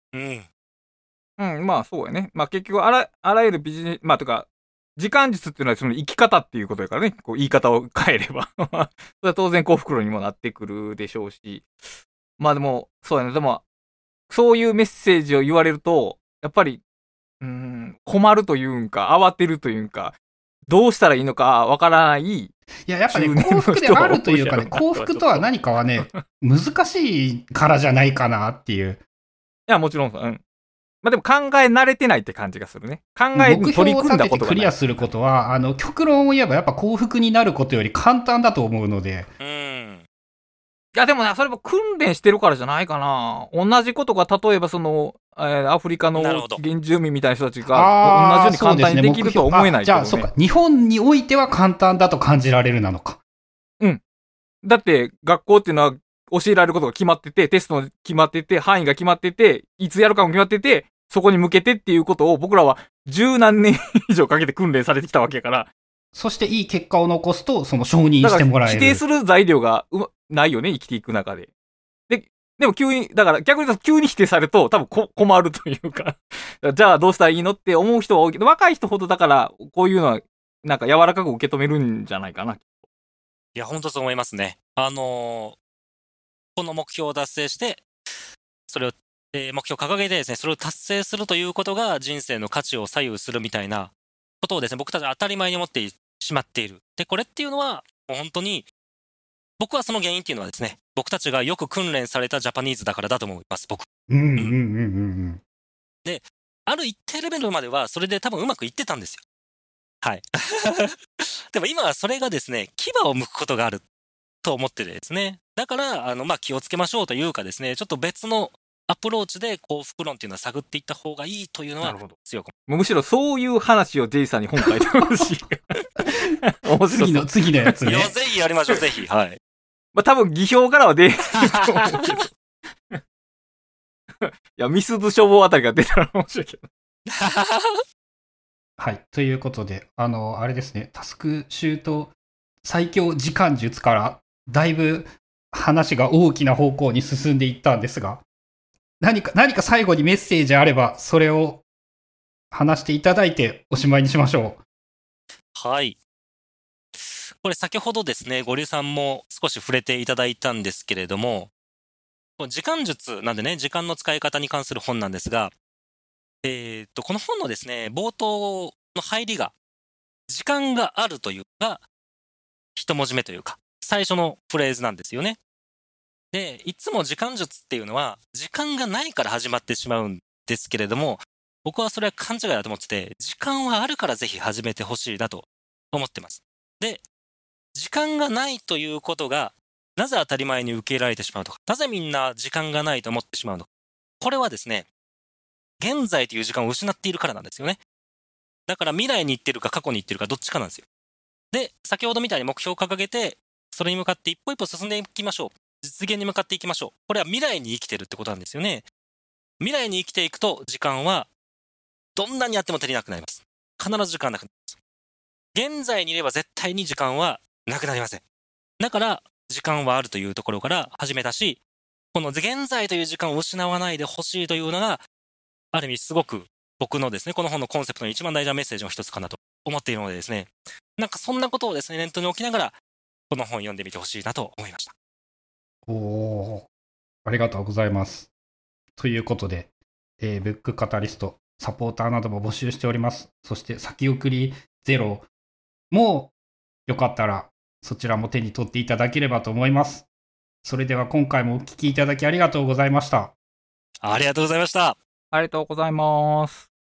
まあそうやね。まあ結局あらゆるビジネス、まあとか、時間術っていうのはその生き方っていうことだからね。こう言い方を変えれば。それは当然幸福論にもなってくるでしょうし。まあでも、そうやね。でも、そういうメッセージを言われると、やっぱり、困るというんか、慌てるというんか、どうしたらいいのかわからない。いや、やっぱね、幸福であるというかね、幸福とは何かはね、難しいからじゃないかなっていう。 いや、もちろん、まあでも考え慣れてないって感じがするね。考えに取り組んだことがない。目標を立ててクリアすることは、極論を言えばやっぱ幸福になることより簡単だと思うので。 いやでもね、それも訓練してるからじゃないかな。同じことが例えばアフリカの原住民みたいな人たちが同じように簡単にできるとは思えないけどね。 じゃあそうか、日本においては簡単だと感じられるなのか。 だって学校っていうのは教えられることが決まってて、テストも決まってて、範囲が決まってて、いつやるかも決まってて、そこに向けてっていうことを僕らは十何年以上かけて訓練されてきたわけやから。 そしていい結果を残すと、承認してもらえる。 否定する材料がないよね、生きていく中で。でも急に、だから逆に言うと急に否定されると多分困るというか、じゃあどうしたらいいのって思う人は多いけど、若い人ほどだからこういうのはなんか柔らかく受け止めるんじゃないかな。 いや、本当そう思いますね。この目標を達成して、それを目標を掲げてですね、それを達成するということが人生の価値を左右するみたいなことをですね、僕たちは当たり前に思ってしまっている。で、これっていうのは、もう本当に、僕はその原因っていうのはですね、僕たちがよく訓練されたジャパニーズだからだと思います、僕。で、ある一定レベルまでは、それで多分うまくいってたんですよ。はい。でも今はそれがですね、牙を剥くことがあると思ってですね。だから、気をつけましょうというかですね、ちょっと別のアプローチで幸福論っていうのは探っていった方がいいというのは強く。 むしろそういう話を J さんに本書いてほしい。 次のやつね。 いや、ぜひやりましょう、ぜひ。はい。 まあ多分技評からは出ないと思うけど。いや、ミスズ消防あたりが出たら面白いけど。 はい。ということで、あれですね、タスクシュート最強時間術からだいぶ話が大きな方向に進んでいったんですが、何か最後にメッセージあれば、それを話していただいておしまいにしましょう。 はい。これ先ほどですね、ゴリさんも少し触れていただいたんですけれども、時間術なんでね、時間の使い方に関する本なんですが、この本のですね、冒頭の入りが、時間があるというのが、一文字目というか、最初のフレーズなんですよね。で、いつも時間術っていうのは、時間がないから始まってしまうんですけれども、僕はそれは勘違いだと思ってて、時間はあるからぜひ始めてほしいなと思ってます。で、時間がないということが、なぜ当たり前に受け入れられてしまうのか、なぜみんな時間がないと思ってしまうのか。これはですね、現在という時間を失っているからなんですよね。だから未来に行ってるか過去に行ってるかどっちかなんですよ。で、先ほどみたいに目標を掲げて、それに向かって一歩一歩進んでいきましょう。実現に向かっていきましょう。これは未来に生きてるってことなんですよね。未来に生きていくと時間はどんなにやっても足りなくなります。必ず時間なくなります。現在にいれば絶対に時間はなくなりません。だから時間はあるというところから始めたし、この現在という時間を失わないでほしいというのが、ある意味すごく僕のですね、この本のコンセプトの一番大事なメッセージの一つかなと思っているのでですね、なんかそんなことをですね、念頭に置きながら、この本を読んでみてほしいなと思いました。 おー、ありがとうございます。ということで、ブックカタリスト、サポーターなども募集しております。そして先送りゼロもよかったらそちらも手に取っていただければと思います。それでは今回もお聞きいただきありがとうございました。 ありがとうございました。 ありがとうございます。